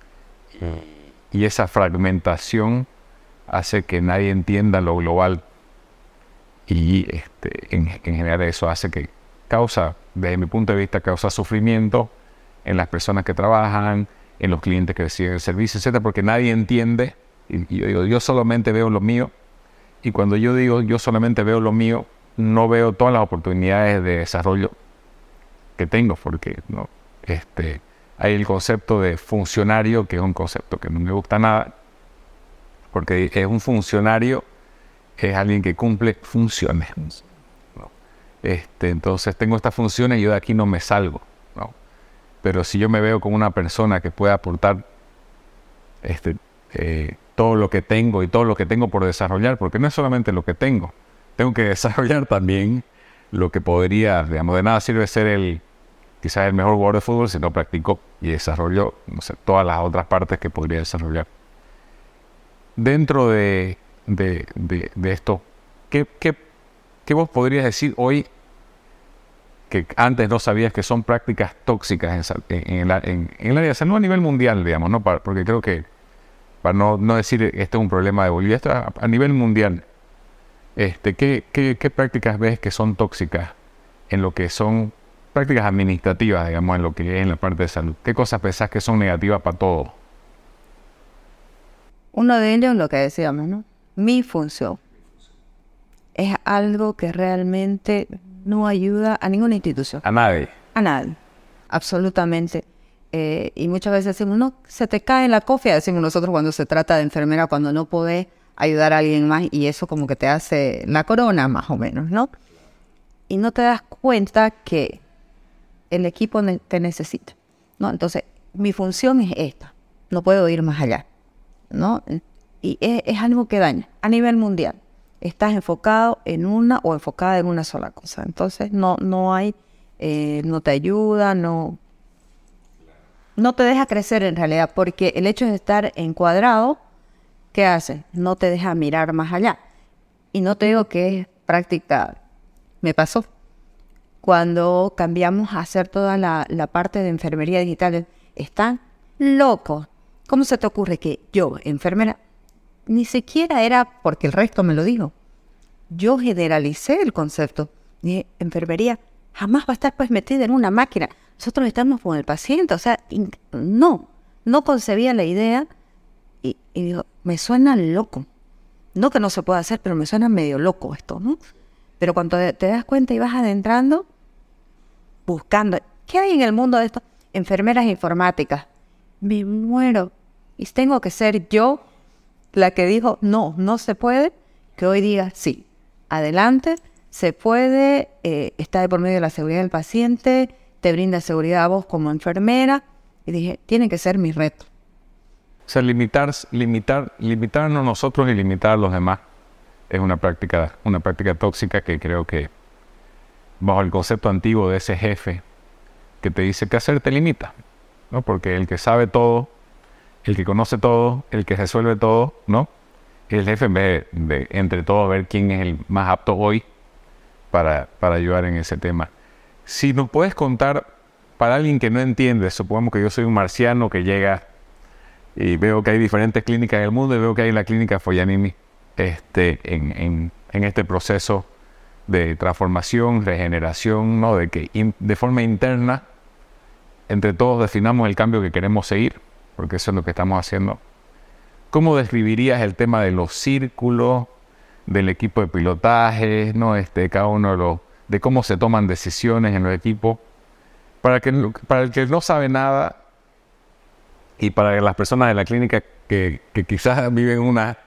Y esa fragmentación hace que nadie entienda lo global. Y en general eso hace que desde mi punto de vista, causa sufrimiento en las personas que trabajan, en los clientes que reciben el servicio, etcétera, porque nadie entiende. Y yo digo, yo solamente veo lo mío. Y cuando yo digo yo solamente veo lo mío, no veo todas las oportunidades de desarrollo que tengo, porque no, hay el concepto de funcionario, que es un concepto que no me gusta nada, porque es un funcionario, es alguien que cumple funciones, ¿no? Entonces tengo estas funciones y yo de aquí no me salgo, ¿no? Pero si yo me veo como una persona que puede aportar todo lo que tengo y todo lo que tengo por desarrollar, porque no es solamente lo que tengo que desarrollar también lo que podría, digamos, de nada sirve ser quizás el mejor jugador de fútbol si no practico y desarrollo, no sé, todas las otras partes que podría desarrollar. Dentro de esto, ¿qué vos podrías decir hoy que antes no sabías que son prácticas tóxicas en el área de salud a nivel mundial, digamos, ¿no? Porque creo que, para no decir este es un problema de Bolivia, esto a nivel mundial, ¿qué prácticas ves que son tóxicas en lo que son prácticas administrativas, digamos, en lo que es en la parte de salud? ¿Qué cosas pensás que son negativas para todos? Uno de ellos, lo que decíamos, ¿no? Mi función. Es algo que realmente no ayuda a ninguna institución. A nadie. A nadie. Absolutamente. Y muchas veces decimos, no, se te cae la cofia, decimos nosotros cuando se trata de enfermera, cuando no podés ayudar a alguien más, y eso como que te hace la corona, más o menos, ¿no? Y no te das cuenta que el equipo te necesita, ¿no? Entonces, mi función es esta, no puedo ir más allá, ¿no? Y es algo que daña a nivel mundial. Estás enfocado en una o enfocada en una sola cosa. Entonces, no te ayuda, no te deja crecer en realidad, porque el hecho de estar encuadrado, ¿qué hace? No te deja mirar más allá. Y no te digo que es práctica, me pasó. Cuando cambiamos a hacer toda la parte de enfermería digital, están locos. ¿Cómo se te ocurre que yo, enfermera, ni siquiera era porque el resto me lo dijo? Yo generalicé el concepto. Dije, enfermería jamás va a estar pues metida en una máquina. Nosotros estamos con el paciente. O sea, no concebía la idea y digo, me suena loco. No que no se pueda hacer, pero me suena medio loco esto, ¿no? Pero cuando te das cuenta y vas adentrando, buscando, ¿qué hay en el mundo de esto? Enfermeras informáticas. Me muero. Y tengo que ser yo la que dijo, no se puede, que hoy diga, sí, adelante, se puede, está de por medio de la seguridad del paciente, te brinda seguridad a vos como enfermera. Y dije, tiene que ser mi reto. O sea, limitarnos nosotros y limitar a los demás es una práctica tóxica que creo que, bajo el concepto antiguo de ese jefe que te dice qué hacer, te limita, ¿no? Porque el que sabe todo, el que conoce todo, el que resuelve todo, ¿no? El jefe, en vez de entre todos ver quién es el más apto hoy para ayudar en ese tema. Si nos puedes contar, para alguien que no entiende, supongamos que yo soy un marciano que llega y veo que hay diferentes clínicas en el mundo y veo que hay la clínica Foyanini en este proceso de transformación, regeneración, ¿no? De que de forma interna entre todos definamos el cambio que queremos seguir, porque eso es lo que estamos haciendo. ¿Cómo describirías el tema de los círculos, del equipo de pilotaje, ¿no? Cada uno de cómo se toman decisiones en los equipos, para el que no sabe nada y para las personas de la clínica que quizás viven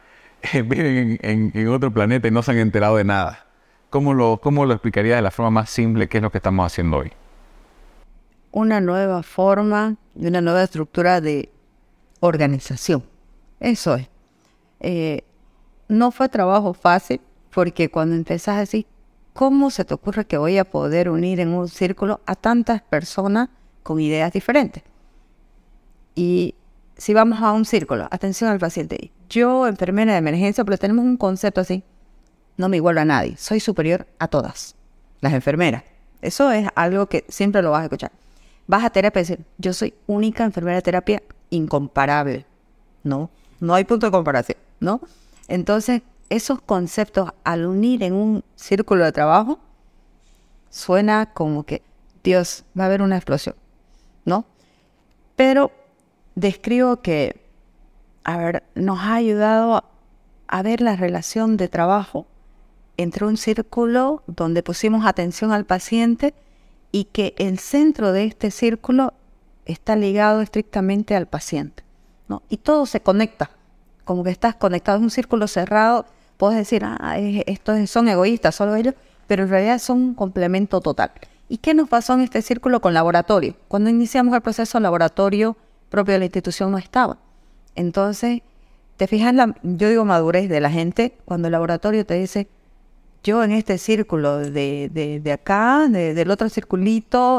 en otro planeta y no se han enterado de nada? ¿Cómo lo explicarías de la forma más simple qué es lo que estamos haciendo hoy? Una nueva forma y una nueva estructura de organización. Eso es. No fue trabajo fácil, porque cuando empezás a decir, ¿cómo se te ocurre que voy a poder unir en un círculo a tantas personas con ideas diferentes? Y si vamos a un círculo, atención al paciente. Yo, enfermera de emergencia, pero tenemos un concepto así. No me igualo a nadie. Soy superior a todas las enfermeras. Eso es algo que siempre lo vas a escuchar. vas a terapia y dices, yo soy única enfermera de terapia, incomparable, ¿no? No hay punto de comparación, ¿no? Entonces, esos conceptos al unir en un círculo de trabajo, suena como que, Dios, va a haber una explosión, ¿no? Pero describo que, nos ha ayudado a ver la relación de trabajo entre un círculo donde pusimos atención al paciente y que el centro de este círculo está ligado estrictamente al paciente, ¿no? Y todo se conecta, como que estás conectado en un círculo cerrado. Puedes decir, estos son egoístas, solo ellos, pero en realidad son un complemento total. ¿Y qué nos pasó en este círculo con laboratorio? Cuando iniciamos el proceso, el laboratorio propio de la institución no estaba. Entonces, te fijas yo digo madurez de la gente, cuando el laboratorio te dice, yo en este círculo de acá, del otro circulito,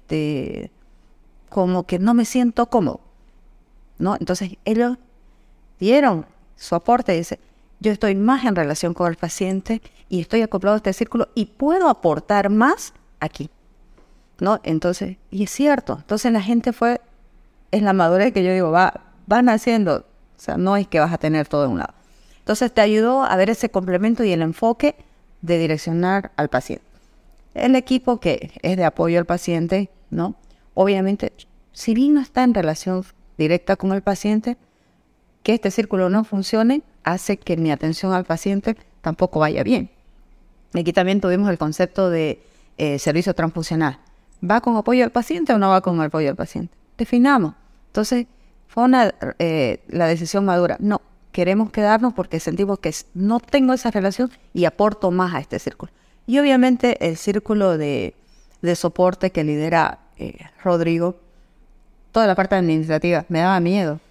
como que no me siento cómodo, ¿no? Entonces, ellos dieron su aporte y dicen, yo estoy más en relación con el paciente y estoy acoplado a este círculo y puedo aportar más aquí, ¿no? Entonces, y es cierto, entonces la gente es la madurez que yo digo, van haciendo, o sea, no es que vas a tener todo de un lado. Entonces te ayudó a ver ese complemento y el enfoque de direccionar al paciente. El equipo que es de apoyo al paciente, ¿no? Obviamente, si bien no está en relación directa con el paciente, que este círculo no funcione, hace que mi atención al paciente tampoco vaya bien. Aquí también tuvimos el concepto de servicio transfusional. ¿Va con apoyo al paciente o no va con apoyo al paciente? Definamos. Entonces, fue la decisión madura. No, queremos quedarnos porque sentimos que no tengo esa relación y aporto más a este círculo. Y obviamente el círculo de soporte que lidera Rodrigo, toda la parte administrativa, me daba miedo.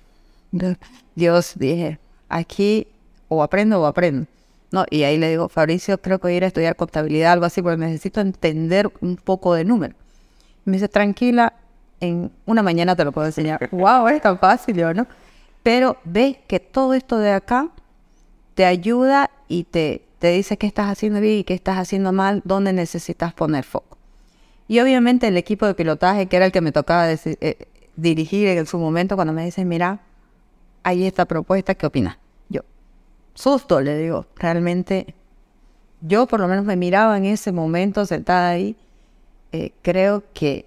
Dios, dije, aquí o aprendo. No, y ahí le digo, Fabricio, creo que voy a ir a estudiar contabilidad, algo así, porque necesito entender un poco de números. Me dice, tranquila, en una mañana te lo puedo enseñar. ¡Wow! Es tan fácil, ¿no? Pero ve que todo esto de acá te ayuda y te dice qué estás haciendo bien y qué estás haciendo mal, dónde necesitas poner foco. Y obviamente el equipo de pilotaje, que era el que me tocaba dirigir en su momento, cuando me dicen, mira, hay esta propuesta, ¿qué opinas? Yo, susto, le digo, realmente, yo por lo menos me miraba en ese momento sentada ahí, creo que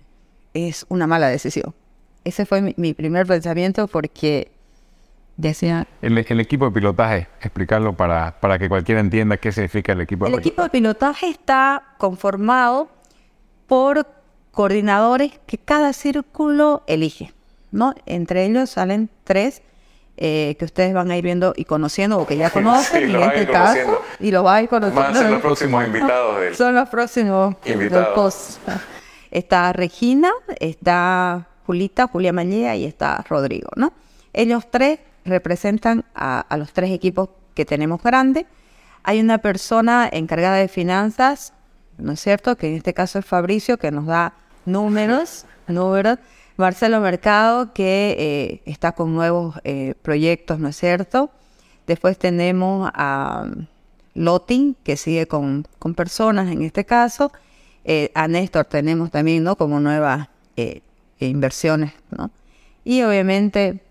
es una mala decisión. Ese fue mi primer pensamiento porque decía... El equipo de pilotaje, explicarlo para que cualquiera entienda qué significa el equipo de pilotaje. El equipo de pilotaje está conformado por coordinadores que cada círculo elige, ¿no? Entre ellos salen 3 que ustedes van a ir viendo y conociendo o que ya conocen, sí, y en este caso, y los van a ir conociendo. Van a ser los próximos invitados. Son los próximos invitados. Está Regina, está Julia Mallea y está Rodrigo, ¿no? Ellos 3 representan a los 3 equipos que tenemos grandes. Hay una persona encargada de finanzas, ¿no es cierto? Que en este caso es Fabricio, que nos da números. Marcelo Mercado, que está con nuevos proyectos, ¿no es cierto? Después tenemos a Lotin, que sigue con personas en este caso. A Néstor tenemos también, ¿no? Como nuevas inversiones, ¿no? Y obviamente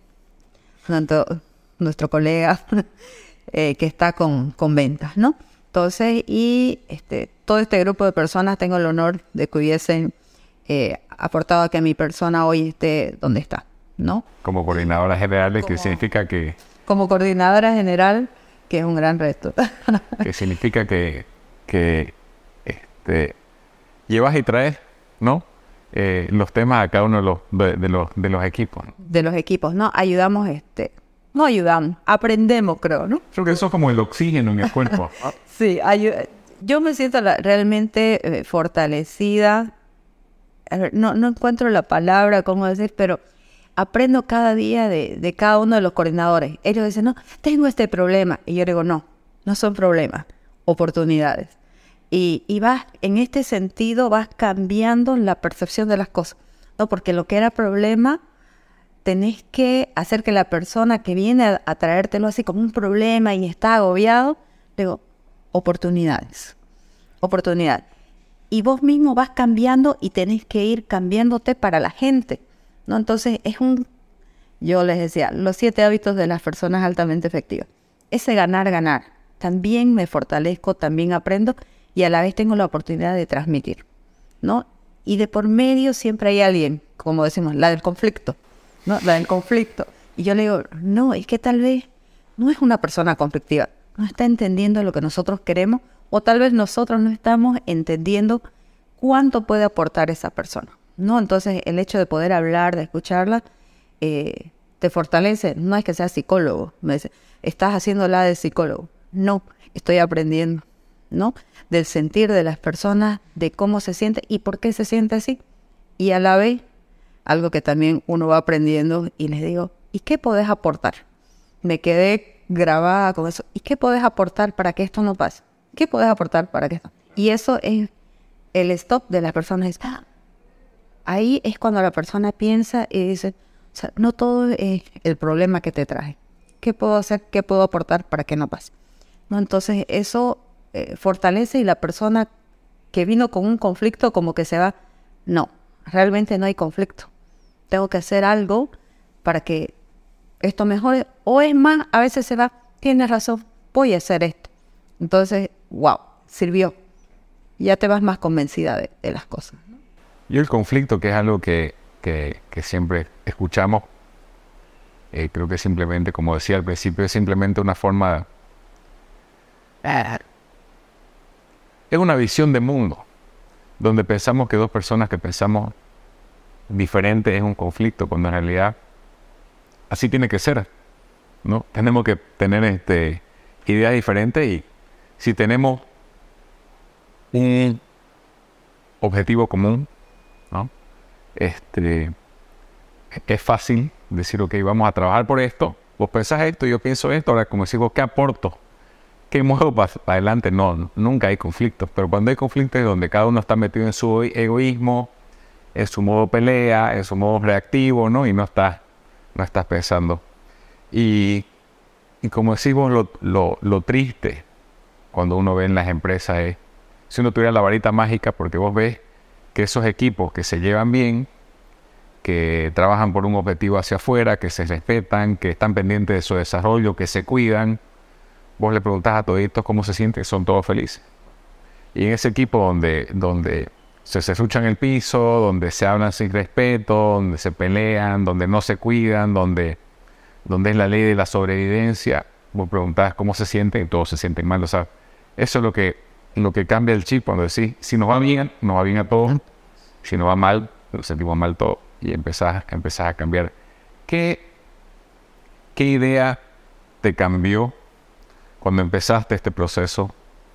nuestro colega que está con ventas, ¿no? Entonces, y todo este grupo de personas tengo el honor de que hubiesen aportado a que mi persona hoy esté donde está, ¿no? Como coordinadora general, que significa que... Como coordinadora general, que es un gran reto. Que significa que llevas y traes, ¿no? Los temas a cada uno de los equipos, ¿no? De los equipos, ¿no? Ayudamos, no ayudamos, aprendemos, creo, ¿no? Creo que eso es como el oxígeno en el cuerpo. Sí, yo me siento realmente fortalecida. A ver, no encuentro la palabra, cómo decir, pero aprendo cada día de cada uno de los coordinadores. Ellos dicen, no, tengo este problema. Y yo digo, no son problemas, oportunidades. Y vas, en este sentido, vas cambiando la percepción de las cosas, ¿no? Porque lo que era problema, tenés que hacer que la persona que viene a traértelo así como un problema y está agobiado, digo, oportunidades. y vos mismo vas cambiando y tenés que ir cambiándote para la gente, ¿no? Entonces yo les decía, los 7 hábitos de las personas altamente efectivas. Ese ganar. También me fortalezco, también aprendo y a la vez tengo la oportunidad de transmitir, ¿no? Y de por medio siempre hay alguien, como decimos, la del conflicto, ¿no? La del conflicto. Y yo le digo, no, es que tal vez no es una persona conflictiva, no está entendiendo lo que nosotros queremos, o tal vez nosotros no estamos entendiendo cuánto puede aportar esa persona, ¿no? Entonces, el hecho de poder hablar, de escucharla, te fortalece. No es que seas psicólogo, me dice, estás haciéndola de psicólogo. No, estoy aprendiendo, ¿no? Del sentir de las personas, de cómo se siente y por qué se siente así. Y a la vez, algo que también uno va aprendiendo, y les digo, ¿y qué podés aportar? Me quedé grabada con eso. ¿Y qué podés aportar para que esto no pase? ¿Qué podés aportar para que esto? Y eso es el stop de las personas. Ahí es cuando la persona piensa y dice, o sea, no todo es el problema que te traje. ¿Qué puedo hacer? ¿Qué puedo aportar para que no pase? ¿No? Entonces eso fortalece, y la persona que vino con un conflicto como que se va, no, realmente no hay conflicto. Tengo que hacer algo para que esto mejore. O es más, a veces se va, tienes razón, voy a hacer esto. Entonces, wow, sirvió. Ya te vas más convencida de las cosas, ¿no? Y el conflicto, que es algo que siempre escuchamos, creo que simplemente, como decía al principio, es simplemente una forma... es una visión de mundo, donde pensamos que dos personas que pensamos diferente es un conflicto, cuando en realidad así tiene que ser, ¿no? Tenemos que tener ideas diferentes, y si tenemos un objetivo común, ¿no? Es fácil decir, ok, vamos a trabajar por esto, vos pensás esto, yo pienso esto, ahora como decimos, ¿qué aporto? ¿Qué muevo para adelante? No, nunca hay conflictos, pero cuando hay conflictos es donde cada uno está metido en su egoísmo, en su modo pelea, en su modo reactivo, ¿no? Y no estás pensando. Y como decimos, lo triste cuando uno ve en las empresas es, si uno tuviera la varita mágica, porque vos ves que esos equipos que se llevan bien, que trabajan por un objetivo hacia afuera, que se respetan, que están pendientes de su desarrollo, que se cuidan, vos le preguntás a toditos cómo se sienten, son todos felices. Y en ese equipo donde se serruchan el piso, donde se hablan sin respeto, donde se pelean, donde no se cuidan, donde es la ley de la sobrevivencia, vos preguntás cómo se sienten y todos se sienten mal. O sea, eso es lo que cambia el chip cuando decís, si nos va bien a todos, si nos va mal, nos sentimos mal todos, y empezás a cambiar. ¿Qué idea te cambió cuando empezaste este proceso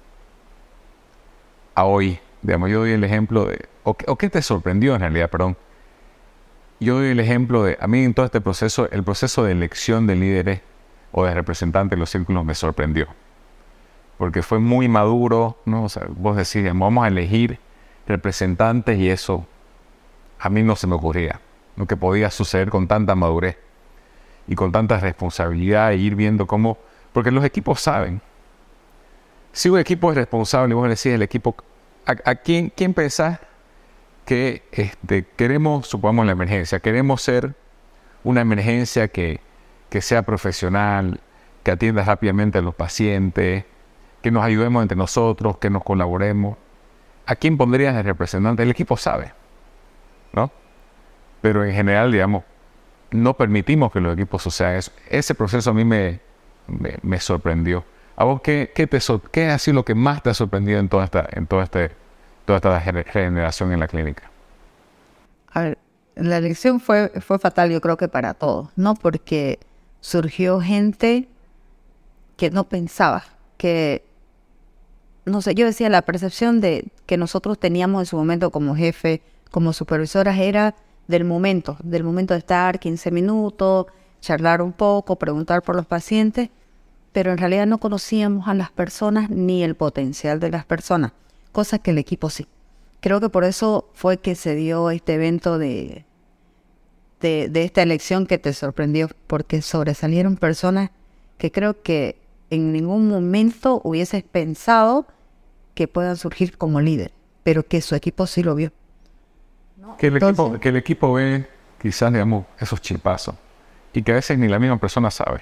a hoy? Digamos, yo doy el ejemplo de... ¿O qué te sorprendió en realidad? Perdón. Yo doy el ejemplo de... A mí en todo este proceso, el proceso de elección de líderes o de representantes en los círculos me sorprendió. Porque fue muy maduro, ¿no? O sea, vos decís, vamos a elegir representantes, y eso a mí no se me ocurría. Lo que podía suceder con tanta madurez y con tanta responsabilidad, e ir viendo cómo... Porque los equipos saben. Si un equipo es responsable, vos decís el equipo... ¿A quién pensás que queremos, supongamos la emergencia, queremos ser una emergencia que sea profesional, que atienda rápidamente a los pacientes, que nos ayudemos entre nosotros, que nos colaboremos? ¿A quién pondrías de representante? El equipo sabe, ¿no? Pero en general, digamos, no permitimos que los equipos sucedan eso. Ese proceso a mí me sorprendió. ¿A vos qué ha sido lo que más te ha sorprendido en toda esta generación en la clínica? A ver, la elección fue fatal, yo creo que para todos, ¿no? Porque surgió gente que no pensaba, que, no sé, yo decía, la percepción de que nosotros teníamos en su momento como jefe, como supervisoras, era del momento de estar 15 minutos, charlar un poco, preguntar por los pacientes, pero en realidad no conocíamos a las personas ni el potencial de las personas, cosa que el equipo sí. Creo que por eso fue que se dio este evento de esta elección que te sorprendió, porque sobresalieron personas que creo que en ningún momento hubieses pensado que puedan surgir como líder, pero que su equipo sí lo vio. ¿No? Que el equipo ve quizás, digamos, esos chispazos y que a veces ni la misma persona sabe.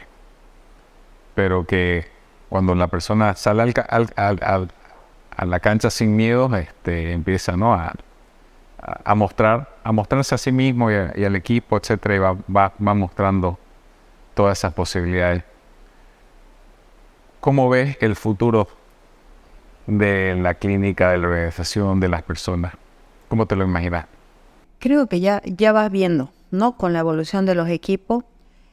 Pero que cuando la persona sale a la cancha sin miedo, empieza, ¿no?, a mostrarse a sí mismo y al equipo, etcétera, y va mostrando todas esas posibilidades. ¿Cómo ves el futuro de la clínica, de la organización, de las personas? ¿Cómo te lo imaginas? Creo que ya vas viendo, ¿no?, con la evolución de los equipos,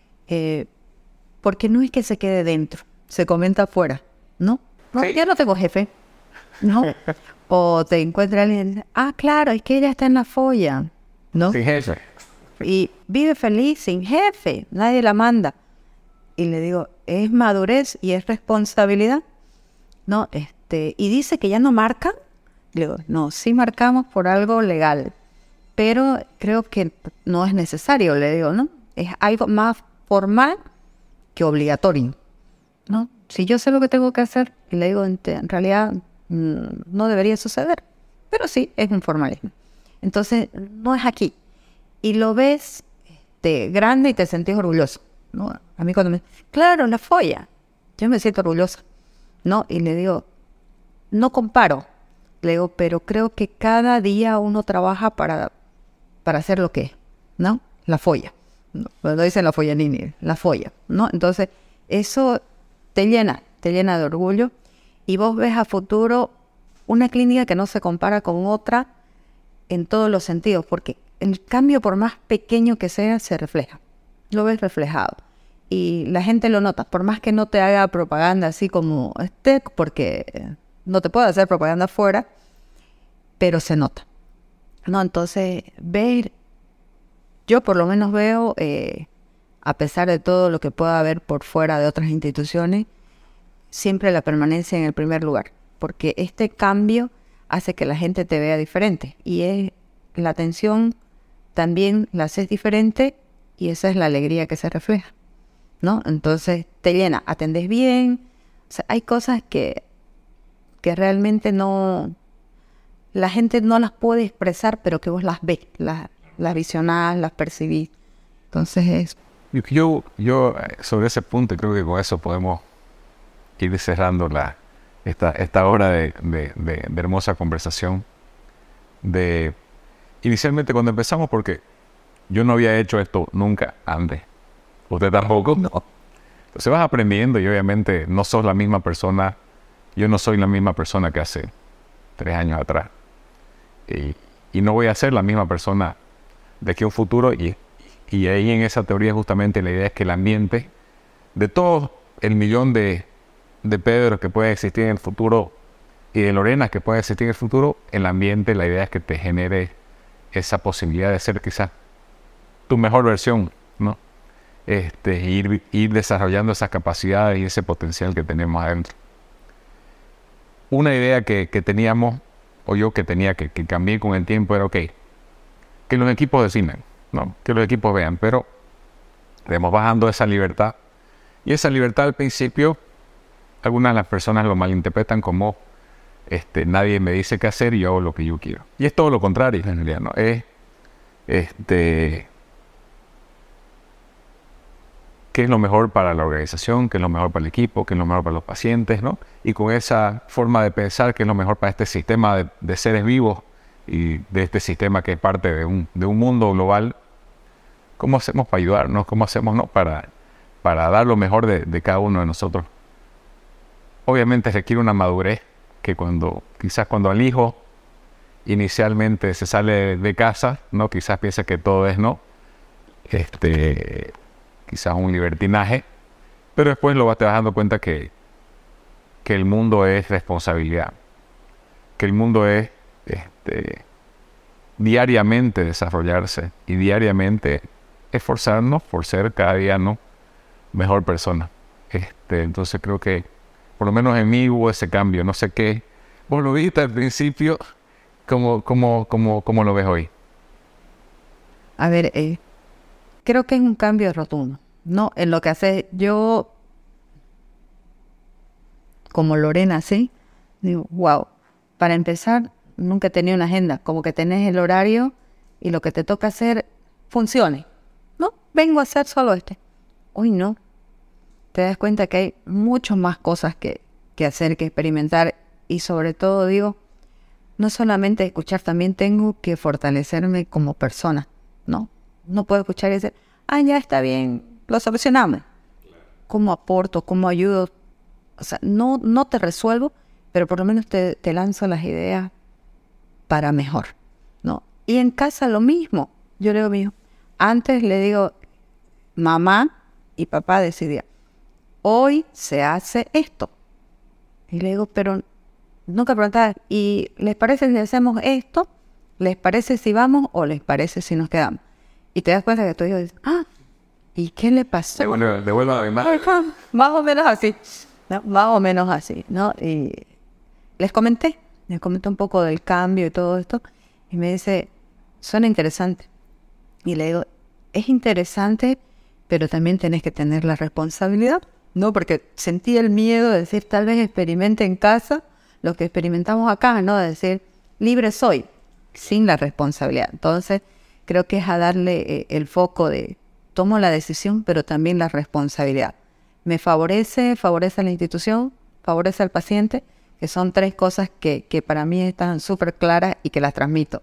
porque no es que se quede dentro, se comenta afuera, ¿no? No, Sí. Ya no tengo jefe, ¿no? O te encuentra alguien y dice, claro, es que ella está en la folla, ¿no? Sin jefe. Y vive feliz, sin jefe, nadie la manda. Y le digo, es madurez y es responsabilidad, ¿no? Y dice que ya no marcan. Le digo, no, sí marcamos por algo legal, pero creo que no es necesario, le digo, ¿no? Es algo más formal que obligatorio, ¿no? Si yo sé lo que tengo que hacer, le digo, en realidad no debería suceder, pero sí, es un formalismo. Entonces, no es aquí. Y lo ves grande y te sentís orgulloso, ¿no? A mí cuando claro, la folla, yo me siento orgullosa, ¿no? Y le digo, no comparo, le digo, pero creo que cada día uno trabaja para hacer lo que es, ¿no? La folla, ¿no? Cuando dicen la follanini, la folla, ¿no? Entonces, eso te llena de orgullo y vos ves a futuro una clínica que no se compara con otra en todos los sentidos, porque el cambio, por más pequeño que sea, se refleja. Lo ves reflejado. Y la gente lo nota, por más que no te haga propaganda así como porque no te puede hacer propaganda afuera, pero se nota, ¿no? Entonces, yo por lo menos veo, a pesar de todo lo que pueda haber por fuera de otras instituciones, siempre la permanencia en el primer lugar, porque este cambio hace que la gente te vea diferente y la atención también la haces diferente y esa es la alegría que se refleja, ¿no? Entonces te llena, atendés bien, o sea, hay cosas que realmente la gente no las puede expresar, pero que vos las ves, las visionás, las percibís. Entonces Yo sobre ese punto, creo que con eso podemos ir cerrando esta hora de hermosa conversación. Inicialmente cuando empezamos, porque yo no había hecho esto nunca antes. ¿Usted tampoco? No. Entonces vas aprendiendo y obviamente no sos la misma persona. Yo no soy la misma persona que hace 3 años atrás. Y no voy a ser la misma persona de aquí a un futuro. Y ahí en esa teoría justamente la idea es que el ambiente de todo el millón de Pedro que puede existir en el futuro y de Lorena que puede existir en el futuro, el ambiente, la idea es que te genere esa posibilidad de ser quizás tu mejor versión, ¿no? Ir desarrollando esas capacidades y ese potencial que tenemos adentro. Una idea que teníamos, o yo que tenía que cambiar con el tiempo, era que los equipos decidan, ¿no? Que los equipos vean, pero vamos bajando esa libertad. Y esa libertad al principio, algunas de las personas lo malinterpretan como nadie me dice qué hacer y yo hago lo que yo quiero. Y es todo lo contrario, en realidad, ¿no? Qué es lo mejor para la organización, qué es lo mejor para el equipo, qué es lo mejor para los pacientes, ¿no? Y con esa forma de pensar, qué es lo mejor para este sistema de seres vivos y de este sistema que es parte de un mundo global, ¿cómo hacemos para ayudarnos? ¿Cómo hacemos, no, para dar lo mejor de cada uno de nosotros? Obviamente requiere una madurez que quizás cuando el hijo inicialmente se sale de casa, ¿no? Quizás piensa que todo es, ¿no? Quizás un libertinaje, pero después te vas dando cuenta que el mundo es responsabilidad, que el mundo es diariamente desarrollarse y diariamente esforzarnos por ser cada día, ¿no?, mejor persona. Entonces creo que por lo menos en mí hubo ese cambio. No sé qué vos lo viste al principio, ¿cómo lo ves hoy? A ver, creo que es un cambio rotundo, ¿no? En lo que hace yo, como Lorena, ¿sí? Digo, wow. Para empezar, nunca he tenido una agenda, como que tenés el horario y lo que te toca hacer funcione. No, vengo a hacer solo Hoy no. Te das cuenta que hay muchas más cosas que hacer, que experimentar, y sobre todo digo, no solamente escuchar, también tengo que fortalecerme como persona, ¿no? No puedo escuchar y decir, ya está bien, lo solucionamos. ¿Cómo aporto? ¿Cómo ayudo? O sea, no te resuelvo, pero por lo menos te lanzo las ideas para mejor, ¿no? Y en casa lo mismo. Yo le digo a mi hijo, antes le digo, mamá y papá decidían, hoy se hace esto. Y le digo, pero nunca preguntaba, ¿y les parece si hacemos esto? ¿Les parece si vamos o les parece si nos quedamos? Y te das cuenta que tu hijo dice, ¿y qué le pasó? Devuelvo a mi madre. Más o menos así, ¿no? Más o menos así, ¿no? Y les comenté un poco del cambio y todo esto, y me dice, suena interesante. Y le digo, es interesante, pero también tenés que tener la responsabilidad, ¿no? Porque sentí el miedo de decir, tal vez experimente en casa lo que experimentamos acá, ¿no? De decir, libre soy, sin la responsabilidad. Entonces, creo que es a darle el foco de, tomo la decisión, pero también la responsabilidad. Me favorece a la institución, favorece al paciente, que son 3 cosas que para mí están súper claras y que las transmito.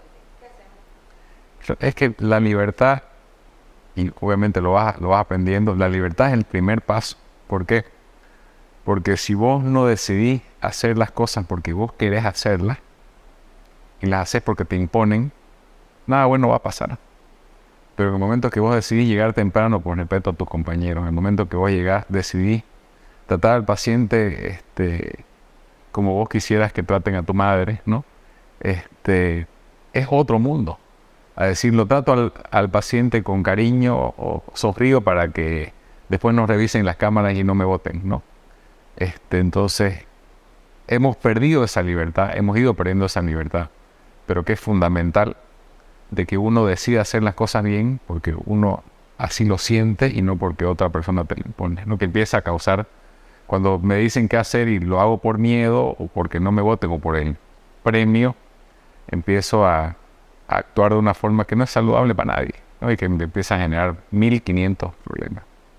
Es que la libertad, y obviamente lo vas aprendiendo, la libertad es el primer paso. ¿Por qué? Porque si vos no decidís hacer las cosas porque vos querés hacerlas, y las haces porque te imponen, nada bueno va a pasar. Pero en el momento que vos decidís llegar temprano por respeto a tus compañeros, en el momento que vos llegás, decidís tratar al paciente como vos quisieras que traten a tu madre, ¿no? Es otro mundo. A decir, lo trato al paciente con cariño o sonrío para que después nos revisen las cámaras y no me voten, ¿no? Entonces, hemos perdido esa libertad, hemos ido perdiendo esa libertad, pero que es fundamental de que uno decida hacer las cosas bien porque uno así lo siente y no porque otra persona te lo impone, ¿no? Que empieza a causar, cuando me dicen qué hacer y lo hago por miedo o porque no me voten o por el premio, empiezo a actuar de una forma que no es saludable para nadie, ¿no? Y que me empieza a generar 1500 problemas.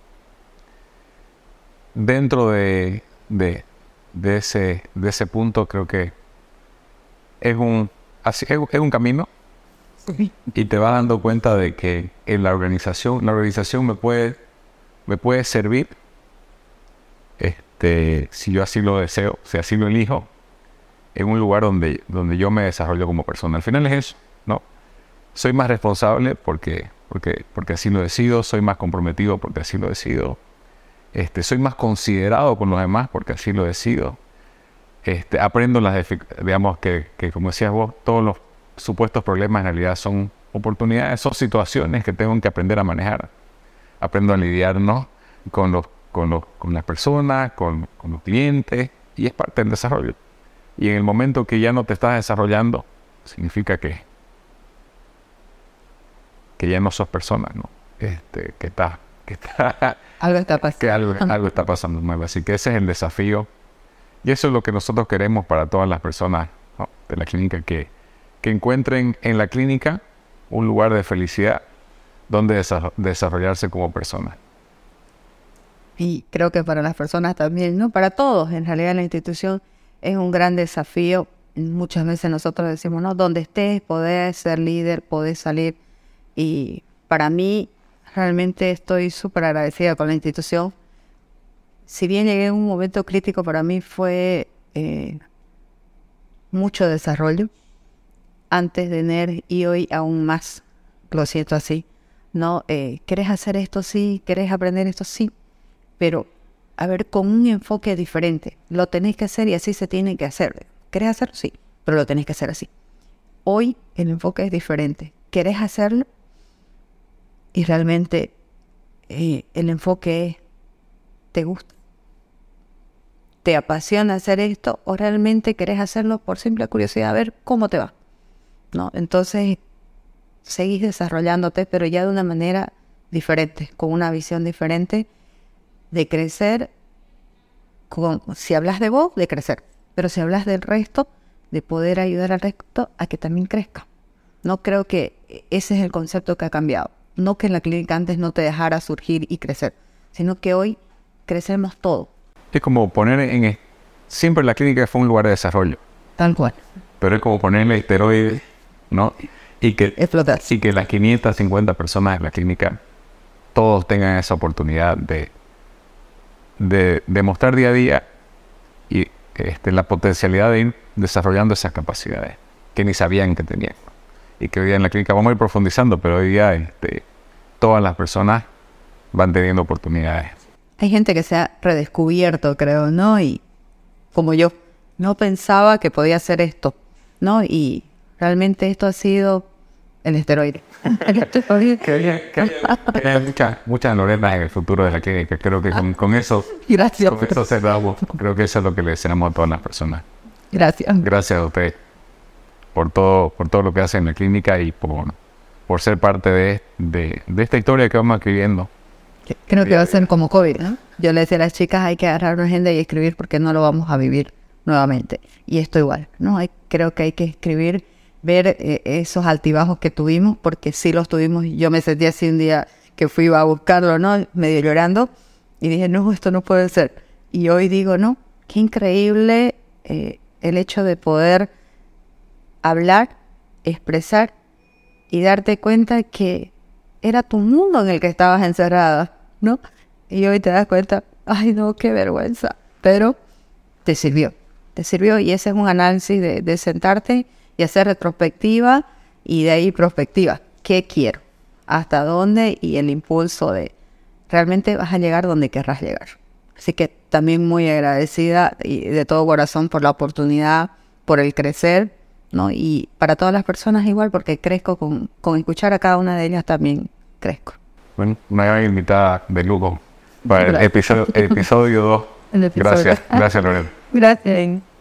Dentro de ese punto creo que es un camino. Sí. Y te vas dando cuenta de que en la organización me puede servir si yo así lo deseo, si así lo elijo, en un lugar donde yo me desarrollo como persona. Al final es eso, ¿no? Soy más responsable porque así lo decido, soy más comprometido porque así lo decido, soy más considerado con los demás porque así lo decido, aprendo digamos que como decías vos, todos los supuestos problemas en realidad son oportunidades, son situaciones que tengo que aprender a manejar. Aprendo a lidiar, ¿no? con las personas, con los clientes, y es parte del desarrollo. Y en el momento que ya no te estás desarrollando, significa que ya no sos persona, ¿no? Algo está pasando. Que algo está pasando mal. Así que ese es el desafío. Y eso es lo que nosotros queremos para todas las personas, ¿no? De la clínica, que encuentren en la clínica un lugar de felicidad donde desarrollarse como persona. Y creo que para las personas también, ¿no? Para todos, en realidad la institución es un gran desafío. Muchas veces nosotros decimos, ¿no? Donde estés, podés ser líder, podés salir. Y para mí, realmente estoy súper agradecida con la institución. Si bien llegué en un momento crítico, para mí fue mucho desarrollo antes de NER y hoy aún más, lo siento así, ¿no? ¿Querés hacer esto? Sí. ¿Querés aprender esto? Sí. Pero, a ver, con un enfoque diferente. Lo tenés que hacer y así se tiene que hacer. ¿Querés hacerlo? Sí, pero lo tenés que hacer así. Hoy el enfoque es diferente. ¿Querés hacerlo? Y realmente el enfoque es, ¿te gusta? ¿Te apasiona hacer esto? ¿O realmente querés hacerlo por simple curiosidad? A ver cómo te va, ¿no? Entonces, seguís desarrollándote, pero ya de una manera diferente, con una visión diferente de crecer. Si hablas de vos, de crecer. Pero si hablas del resto, de poder ayudar al resto a que también crezca. No creo que ese es el concepto que ha cambiado. No que en la clínica antes no te dejara surgir y crecer, sino que hoy crecemos todo. Es como poner siempre la clínica fue un lugar de desarrollo. Tal cual. Pero es como ponerle esteroides, ¿no? Y que las 550 personas de la clínica todos tengan esa oportunidad de demostrar día a día y la potencialidad de ir desarrollando esas capacidades que ni sabían que tenían. Y que hoy día en la clínica vamos a ir profundizando, pero hoy día todas las personas van teniendo oportunidades. Hay gente que se ha redescubierto, creo, ¿no? Y como yo, no pensaba que podía hacer esto, ¿no? Y realmente esto ha sido el esteroide. Que haya muchas Lorenas en el futuro de la clínica. Creo que con eso, gracias. Con eso cerramos. Creo que eso es lo que le deseamos a todas las personas. Gracias. Gracias a usted por todo lo que hace en la clínica y por ser parte de esta historia que vamos escribiendo. Creo que va a ser como COVID, ¿no? Yo le decía a las chicas, hay que agarrar una agenda y escribir porque no lo vamos a vivir nuevamente. Y esto igual, ¿no? Creo que hay que escribir, ver esos altibajos que tuvimos, porque sí los tuvimos. Yo me sentí así un día que fui a buscarlo, ¿no? Medio llorando. Y dije, no, esto no puede ser. Y hoy digo, no, qué increíble el hecho de poder hablar, expresar y darte cuenta que era tu mundo en el que estabas encerrada, ¿no? Y hoy te das cuenta, ay no, qué vergüenza. Pero te sirvió y ese es un análisis de sentarte y hacer retrospectiva y de ahí prospectiva. ¿Qué quiero? ¿Hasta dónde? Y el impulso de realmente vas a llegar donde querrás llegar. Así que también muy agradecida y de todo corazón por la oportunidad, por el crecer, ¿no? Y para todas las personas igual, porque crezco con escuchar a cada una de ellas también crezco. Bueno, una invitada de lujo para el episodio 2. Gracias, Lorena. Gracias.